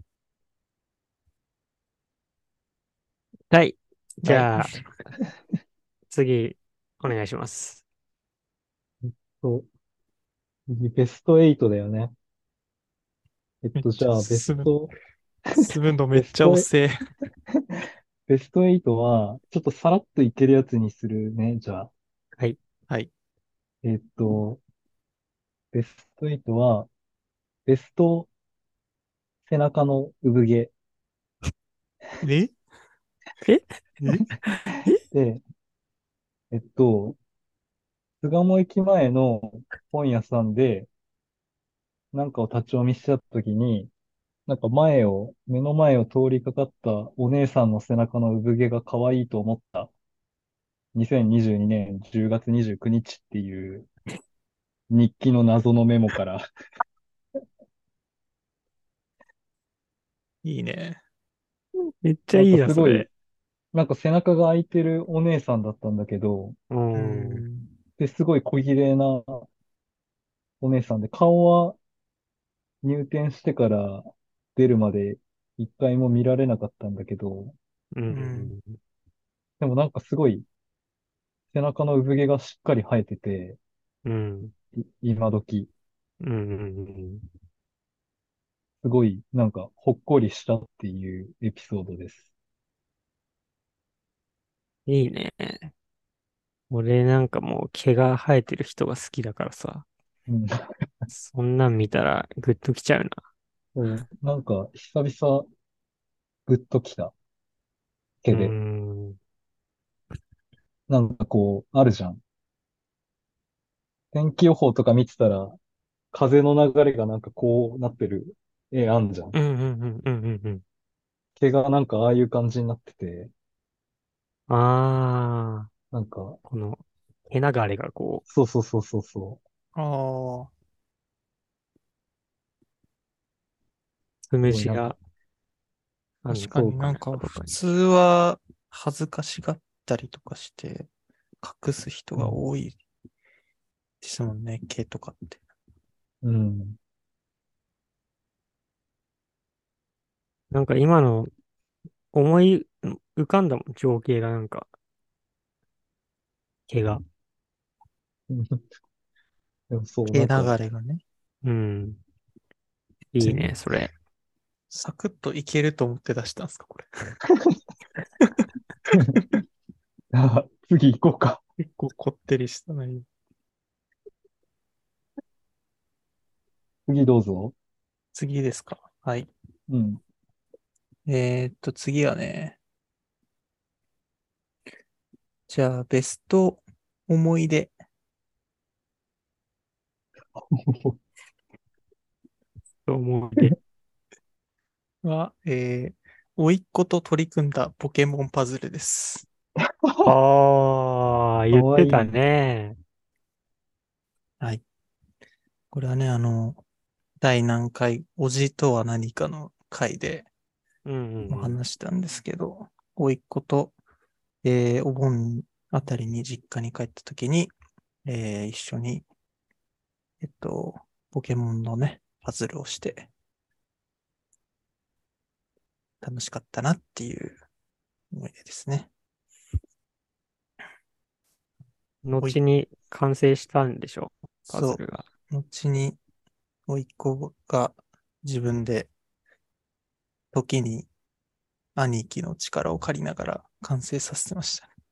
はい。じはい。 ゃあ、次、お願いします。 ゃん。そう、ベストエイトだよね。えっと、じめっちゃゃあ、ベス進む。 ト、 進むのめっちゃベストエ、 遅え。 ベストエイトは、ちょっとさらっといけるやつにするね、じゃあ。 はい。 はい。 えっと、ベストエイトは、ベスト背中の産毛。 えええで、えっと、巣鴨駅前の本屋さんで、なんかを立ち読みしちゃった時に、なんか前を、目の前を通りかかったお姉さんの背中の産毛が可愛いと思ったにせんにじゅうにねんじゅうがつにじゅうくにちっていう日記の謎のメモから、 いいね。 めっちなんかゃいいな、それ。 すごい、なんか背中が開いてるお姉さんだったんだけど、 ううん。 ん。 で、すごい小綺麗なお姉さんで、顔は入店してから出るまで一回も見られなかったんだけど、 ううん。 ん。 でもなんかすごい背中の産毛がしっかり生えてて、 うん。 い今時、 うん。 すごいなんかほっこりしたっていうエピソードです。 いいね。俺なんかもう毛が生えてる人が好きだからさ。 うん。 そんなん見たらグッときちゃうな。 そう、なんか久々グッときたうー毛で。 ん。 なんかこう、あるじゃん。天気予報とか見てたら、風の流れがなんかこうなってる絵あんじゃん。 うんうんうんうんうんうん。 毛がなんかああいう感じになってて、 ああ、 なんか、 この毛流れがこそうそうそうそうそああ、 う、つう。すごいなんか、 むじがあんの確かそうか。 になんかとかに。 普通は恥ずかしがったりとかして隠す人うん。 が多いですもんね、毛とかって。 うん。 なんか今の思い浮かんだもん、情景がなんか、毛が。 でもそう、 毛流なんか、 れがね、 うん。いいね、 全それ。 サクッといけると思って出したんですか、これ。 あ、次行こうか。 結構こってりした内容。 次どうぞ。 次ですか。はい。 うん。 えーっと、次はね、じゃあ、ベスト思い出思い出。 は、えー、甥っ子と取り組んだポケモンパズルです。 ああ、 か言ってたわいい。 ね。 はい。これはね、あの、第何回、おじとは何かの回でうんもうん話したんですけど、甥っ子と、えーお盆あたりに実家に帰った時に、えー一緒に、えっと、ポケモンのね、パズルをして楽しかったなっていう思い出ですね。 うん。 おい、 後に完成したんでしょ、パズそルが。 う、後に、甥っ子が自分で時に兄貴の力を借りながら完成させてましたね。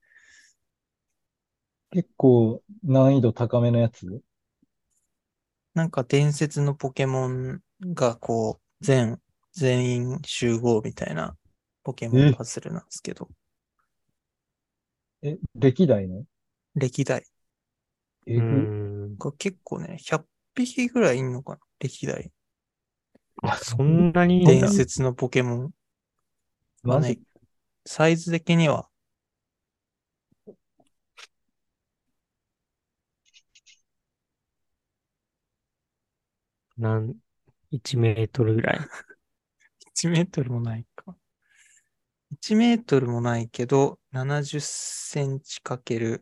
結構難易度高めのやつ？ なんか伝説のポケモンがこう、全、全員集合みたいなポケモンえ、 パズルなんですけど、 え、歴代の？ 歴代うーえぐ。 ん。 が結構ね、ひゃっぴきぐらいいんのかな、歴代。 あ、そんなにいいん伝だ。 説のポケモンがマジ？ ね、サイズ的には、 なん、いちメートルぐらい。 いちメートルもないか。いちメートルもないけど、ななじゅっセンチかける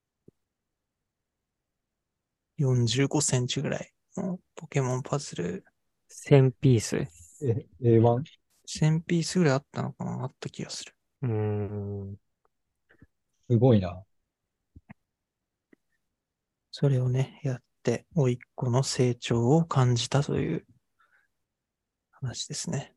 よんじゅうごセンチぐらいのポケモンパズル、 せんピース。うえ、エーワン？ せんピースぐらいあったのかな、あった気がする。 ーん。 すごいな。 それをね、やって、甥っ子の成長を感じたという話ですね。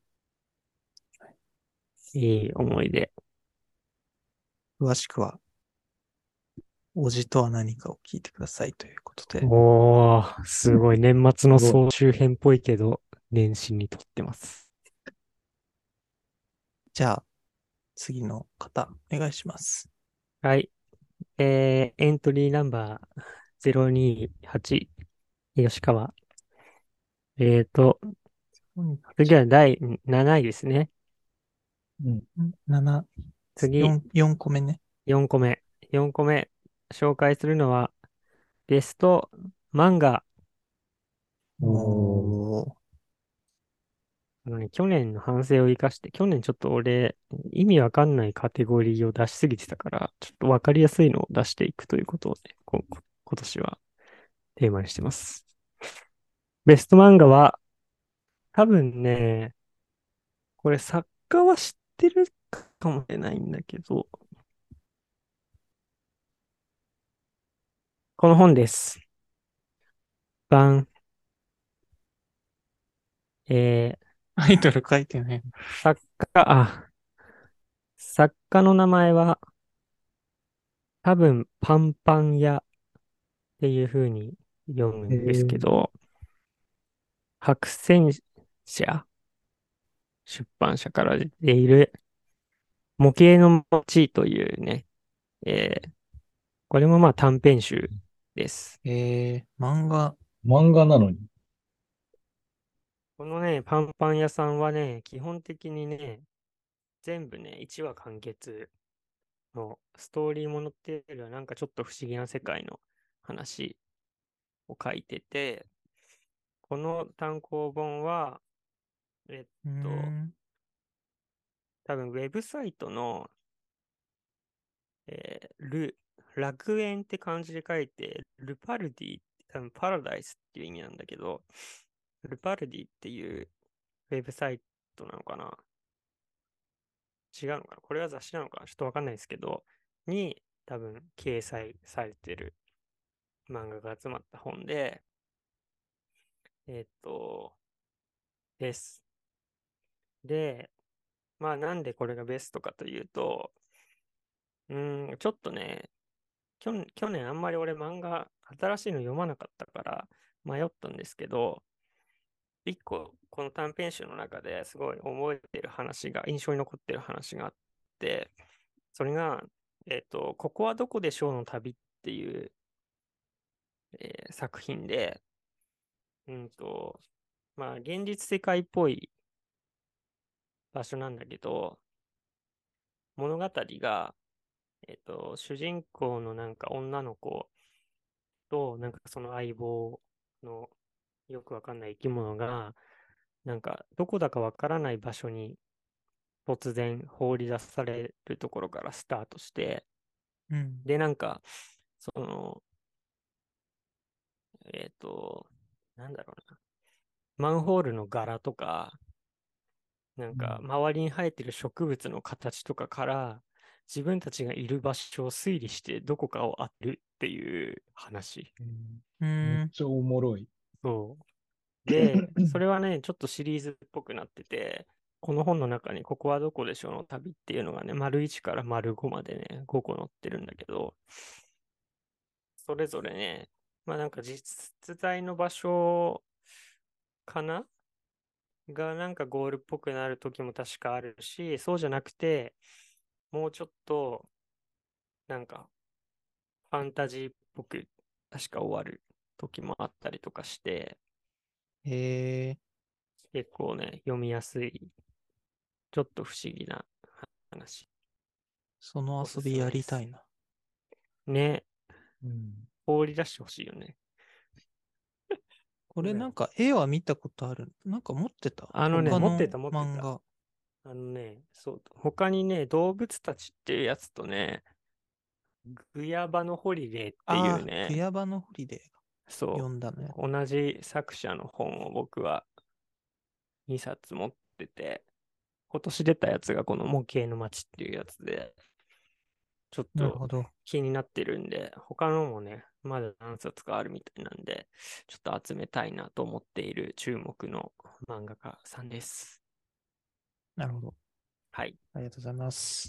いい思い出。 詳しくは、おじとは何かを聞いてくださいということで。 おー、すごい。年末のすごい。 総集編っぽいけど、年始に撮ってます。 じゃあ、 次の方、お願いします。 はい。えー、エントリーナンバーゼロにはち、吉川。えーと、次はだいなないですね。 うん。 なな、 次、 よん、よんこめね。 よんこめ。よんこめ、紹介するのは、ベスト漫画。 おー。 おー。 あのね、去年の反省を生かして、去年ちょっと俺、意味わかんないカテゴリーを出しすぎてたから、ちょっとわかりやすいのを出していくということをね、ここ今年はテーマにしてます。ベスト漫画は、多分ね、これ作家は知ってるかもしれないんだけど、この本です。バン。えー、 タイトル書いてね。 作家、あ、作家の名前は、多分、パンパン屋っていう風に読むえんですけー、 ど、白戦車出版社から出ている模型の街というね、えーこれもまあ短編集です。 えー、漫画。 漫画なのに。 このね、パンパン屋さんはね、基本的にね、全部ね、いちわ完結のストーリーものっていうよりはなんかちょっと不思議な世界の話を書いてて、この単行本は、えっうーと、 ん。 多分ウェブサイトの、えール、楽園って漢字で書いて、ルパルディ、多分パラダイスっていう意味なんだけど、ルパルディっていうウェブサイトなのかな、違うのかな、これは雑誌なのかな、ちょっとわかんないですけど、に多分掲載されてる漫画が集まった本で、えっと、です。で、まあなんでこれがベストかというと、うーん、ちょっとね、去年、去年あんまり俺漫画、新しいの読まなかったから迷ったんですけど、一個、この短編集の中ですごい覚えてる話が、印象に残ってる話があって、それが、えっと、ここはどこでしょうの旅っていう、えー作品で、うんと、まあ、現実世界っぽい場所なんだけど、物語が、えっと、主人公のなんか女の子と、なんかその相棒のよくわかんない生き物が、なんかどこだかわからない場所に突然放り出されるところからスタートして、 うん。 で、なんか、その、えっと、なんだろうな、マンホールの柄とか、なんかうん。 周りに生えてる植物の形とかから、自分たちがいる場所を推理してどこかを当てるっていう話。 えーうーん。 めっちゃおもろい。 そう。で、それはね、ちょっとシリーズっぽくなってて、この本の中にここはどこでしょうの旅っていうのがね、丸いちから丸ごまでね、ごこ載ってるんだけど、それぞれね、まあなんか実在の場所かながなんかゴールっぽくなる時も確かあるし、そうじゃなくて、もうちょっとなんかファンタジーっぽく確か終わる時もあったりとかして、 えー、 結構ね、読みやすい、ちょっと不思議な話。 そのおす遊びやすめです。 りたいな。 ね、 うん。 放り出してほしいよね。 これなんそうだよ。 か絵は見たことある。なんか持ってたあのね、 他の持ってた持ってた。 漫画。 あのね、そう、他にね、動物たちっていうやつとね、グヤバのホリデーっていうああ、グね、 ヤバのホリデーそ読んだのや。 う、同じ作者の本を僕はにさつ持ってて、今年出たやつがこの模型の街っていうやつで、ちょっとなるほど。 気になってるんで、他のもね、まだ何冊かあるみたいなんで、ちょっと集めたいなと思っている注目の漫画家さんです。 なるほど。 はい。 ありがとうございます。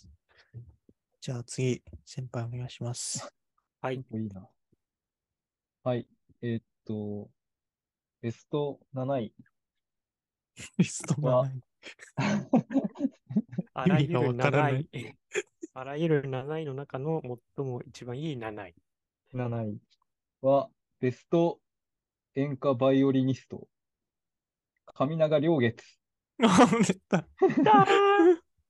じゃあ次、先輩お願いします。 はい。 なんかいいな。はい。えーっと、ベストなないリストは、 なない。 あら意味がゆるわからな 7 い。 位、あらゆるなないの中の最も一番いいなない。 なないは、ベスト演歌バイオリニスト、上永良月。 あ、出た。 だー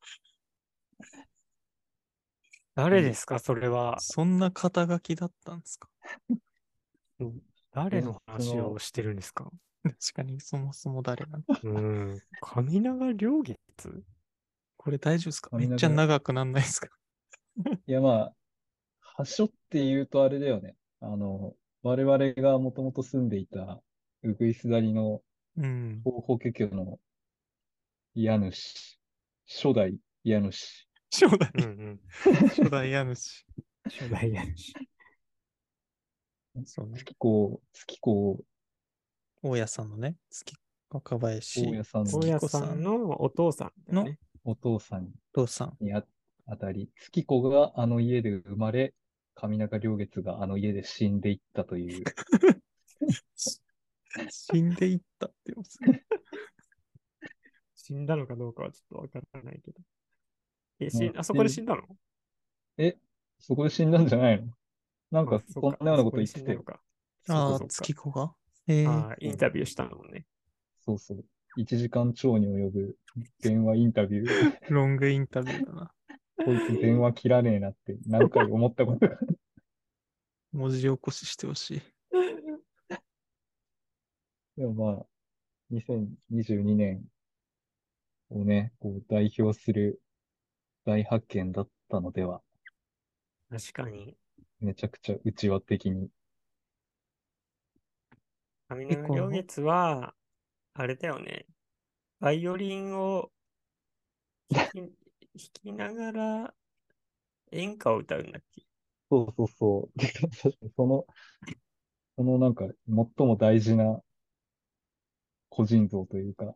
誰で、 ですか、それは。 そんな肩書きだったんですか？ うん誰演の出の、 話をしてるんですか？ 確かに、そもそも誰なの？ うーん。上永良月。 これ大丈夫ですか？めっちゃ上永、 長くなんないですか？ いやまあ、はしょって言うとあれだよね。あの、我々がもともと住んでいたウグイス谷のうん。 東法華経の家主、初代家主。 初代、 うんうん。 初代家主。 初代やし。 そうね。 月子、月子大家さんのね、月、若林大家さん大の家さん月子さんのお父さんだよのね。 お父さんお父さん。 にあ、あたり、月子があの家で生まれ、上中良月があの家で死んでいったという、 し死んでいったって言いますね。 死んだのかどうかはちょっとわからないけど。え、 まあ、 死ん、あそこで死んだの？ え、そこで死んだんじゃないの？なんあ、 か、 そっか。 そんなようなことあそこで言ってたよ。 死んだのか。そっかああ、 そっか。 月子が。ええ、 あ、インタビューしたのもんね。 そうそう。いちじかん超に及ぶ電話インタビューで、 ロングインタビューだな。 こいつ電話切らねえなって何回思ったことが。 文字起こししてほしい。 でもまあ、にせんにじゅうにねんをね、こう代表する大発見だったのでは、 確かに。 めちゃくちゃ内輪的に。 上永良結構、 月は、あれだよね。バイオリンを弾き、弾きながら演歌を歌うんだっけ？ そうそうそう。で確かにその、そのなんか、最も大事な個人像というか、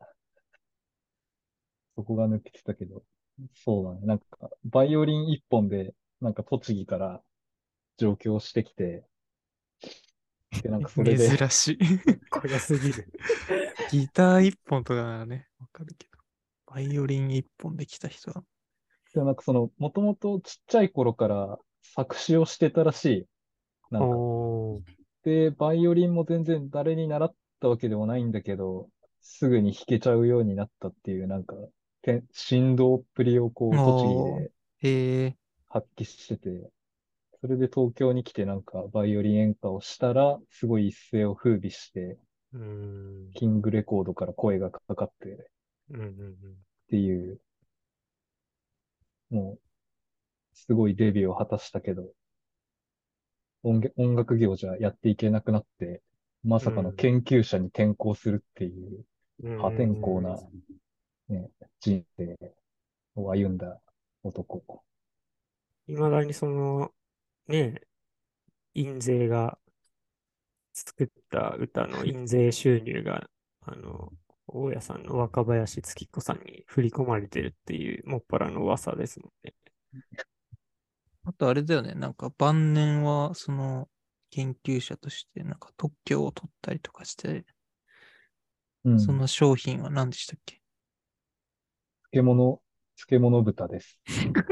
そこが抜けてたけど、そうだね。なんか、バイオリン一本で、なんか栃木から上京してきて、で、なんかそれで、 珍しい。 かっこよすぎる。 ギター一本とかならね、わかるけど。バイオリン一本で来た人は。 でもなんかその、もともとちっちゃい頃から作詞をしてたらしい。なんか。 おー。 で、バイオリンも全然誰に習ったわけでもないんだけど、すぐに弾けちゃうようになったっていう、なんか、て振動っぷりをこう、栃木おー、 でへえ、 発揮してて、それで東京に来てなんかバイオリン演歌をしたら、すごい一世を風靡して、 うーん。 キングレコードから声がかかってっうんうんていう、もう、すごいデビューを果たしたけど、音楽音楽業じゃやっていけなくなって、まうん。 さかのうん。 研究者に転向するっていう、 う破天荒ん。 な、ね、人生を歩んだ男。 いまだにその、ね、印税が、作った歌の印税収入が、あの、大家さんの若林月子さんに振り込まれてるっていう、もっぱらの噂ですもんね。 あとあれだよね。なんか晩年は、その、研究者として、なんか特許を取ったりとかして、 うん。 その商品は何でしたっけ？ 漬物、漬物豚です。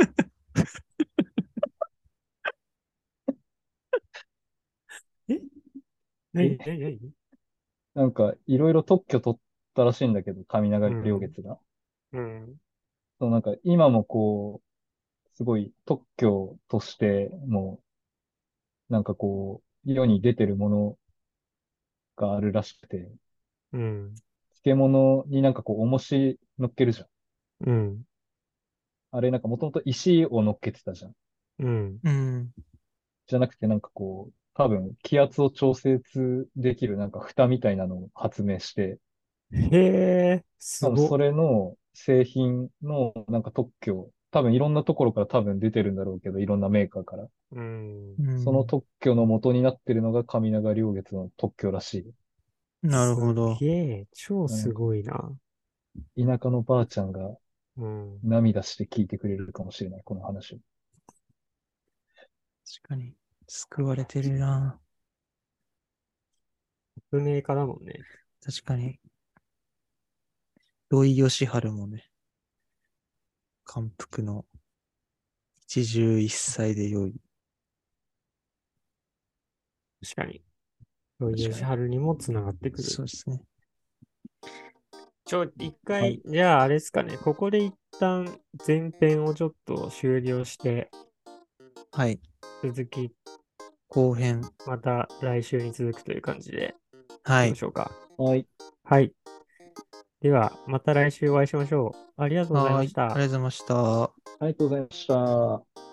え何え、 何何？ なんか、いろいろ特許取ったらしいんだけど、上う長良ん。 月が。 うん。 そう、なんか、今もこう、すごい特許として、もう、なんかこう、世に出てるものがあるらしくて、 うん。 漬物になんかこう、重し乗っけるじゃん。 うん。 あれなんかもともと石を乗っけてたじゃん。 うん。 うん。 じゃなくてなんかこう、多分気圧を調節できるなんか蓋みたいなのを発明して、 へえ、すごっ。 多分それの製品のなんか特許、多分いろんなところから多分出てるんだろうけど、いろんなメーカーから。 うん。 うそのん。 特許の元になってるのが上長良月の特許らしなるほすど。 げえ、超い。なすんかごいな。 田舎のばあちゃんがうん。 涙して聞いてくれるかもしれない、この話を。 確かに。救われてるな。 革命家だもんね。 確かに。土井善晴もね、 感服の一汁一菜で良い。 確かに。ロイヨシハルにもつながってくる。 そうですね。 ちょ、一回、 はいじゃああれですかね。ここで一旦前編をちょっと終了して、 はい。 続き、 後編。 また来週に続くという感じで、 はい行きま。しょうか。 はい。 はい。では、また来週お会いしましょう。ありがとうございはーい。ありました。 がとうございました。 ありがとうございました。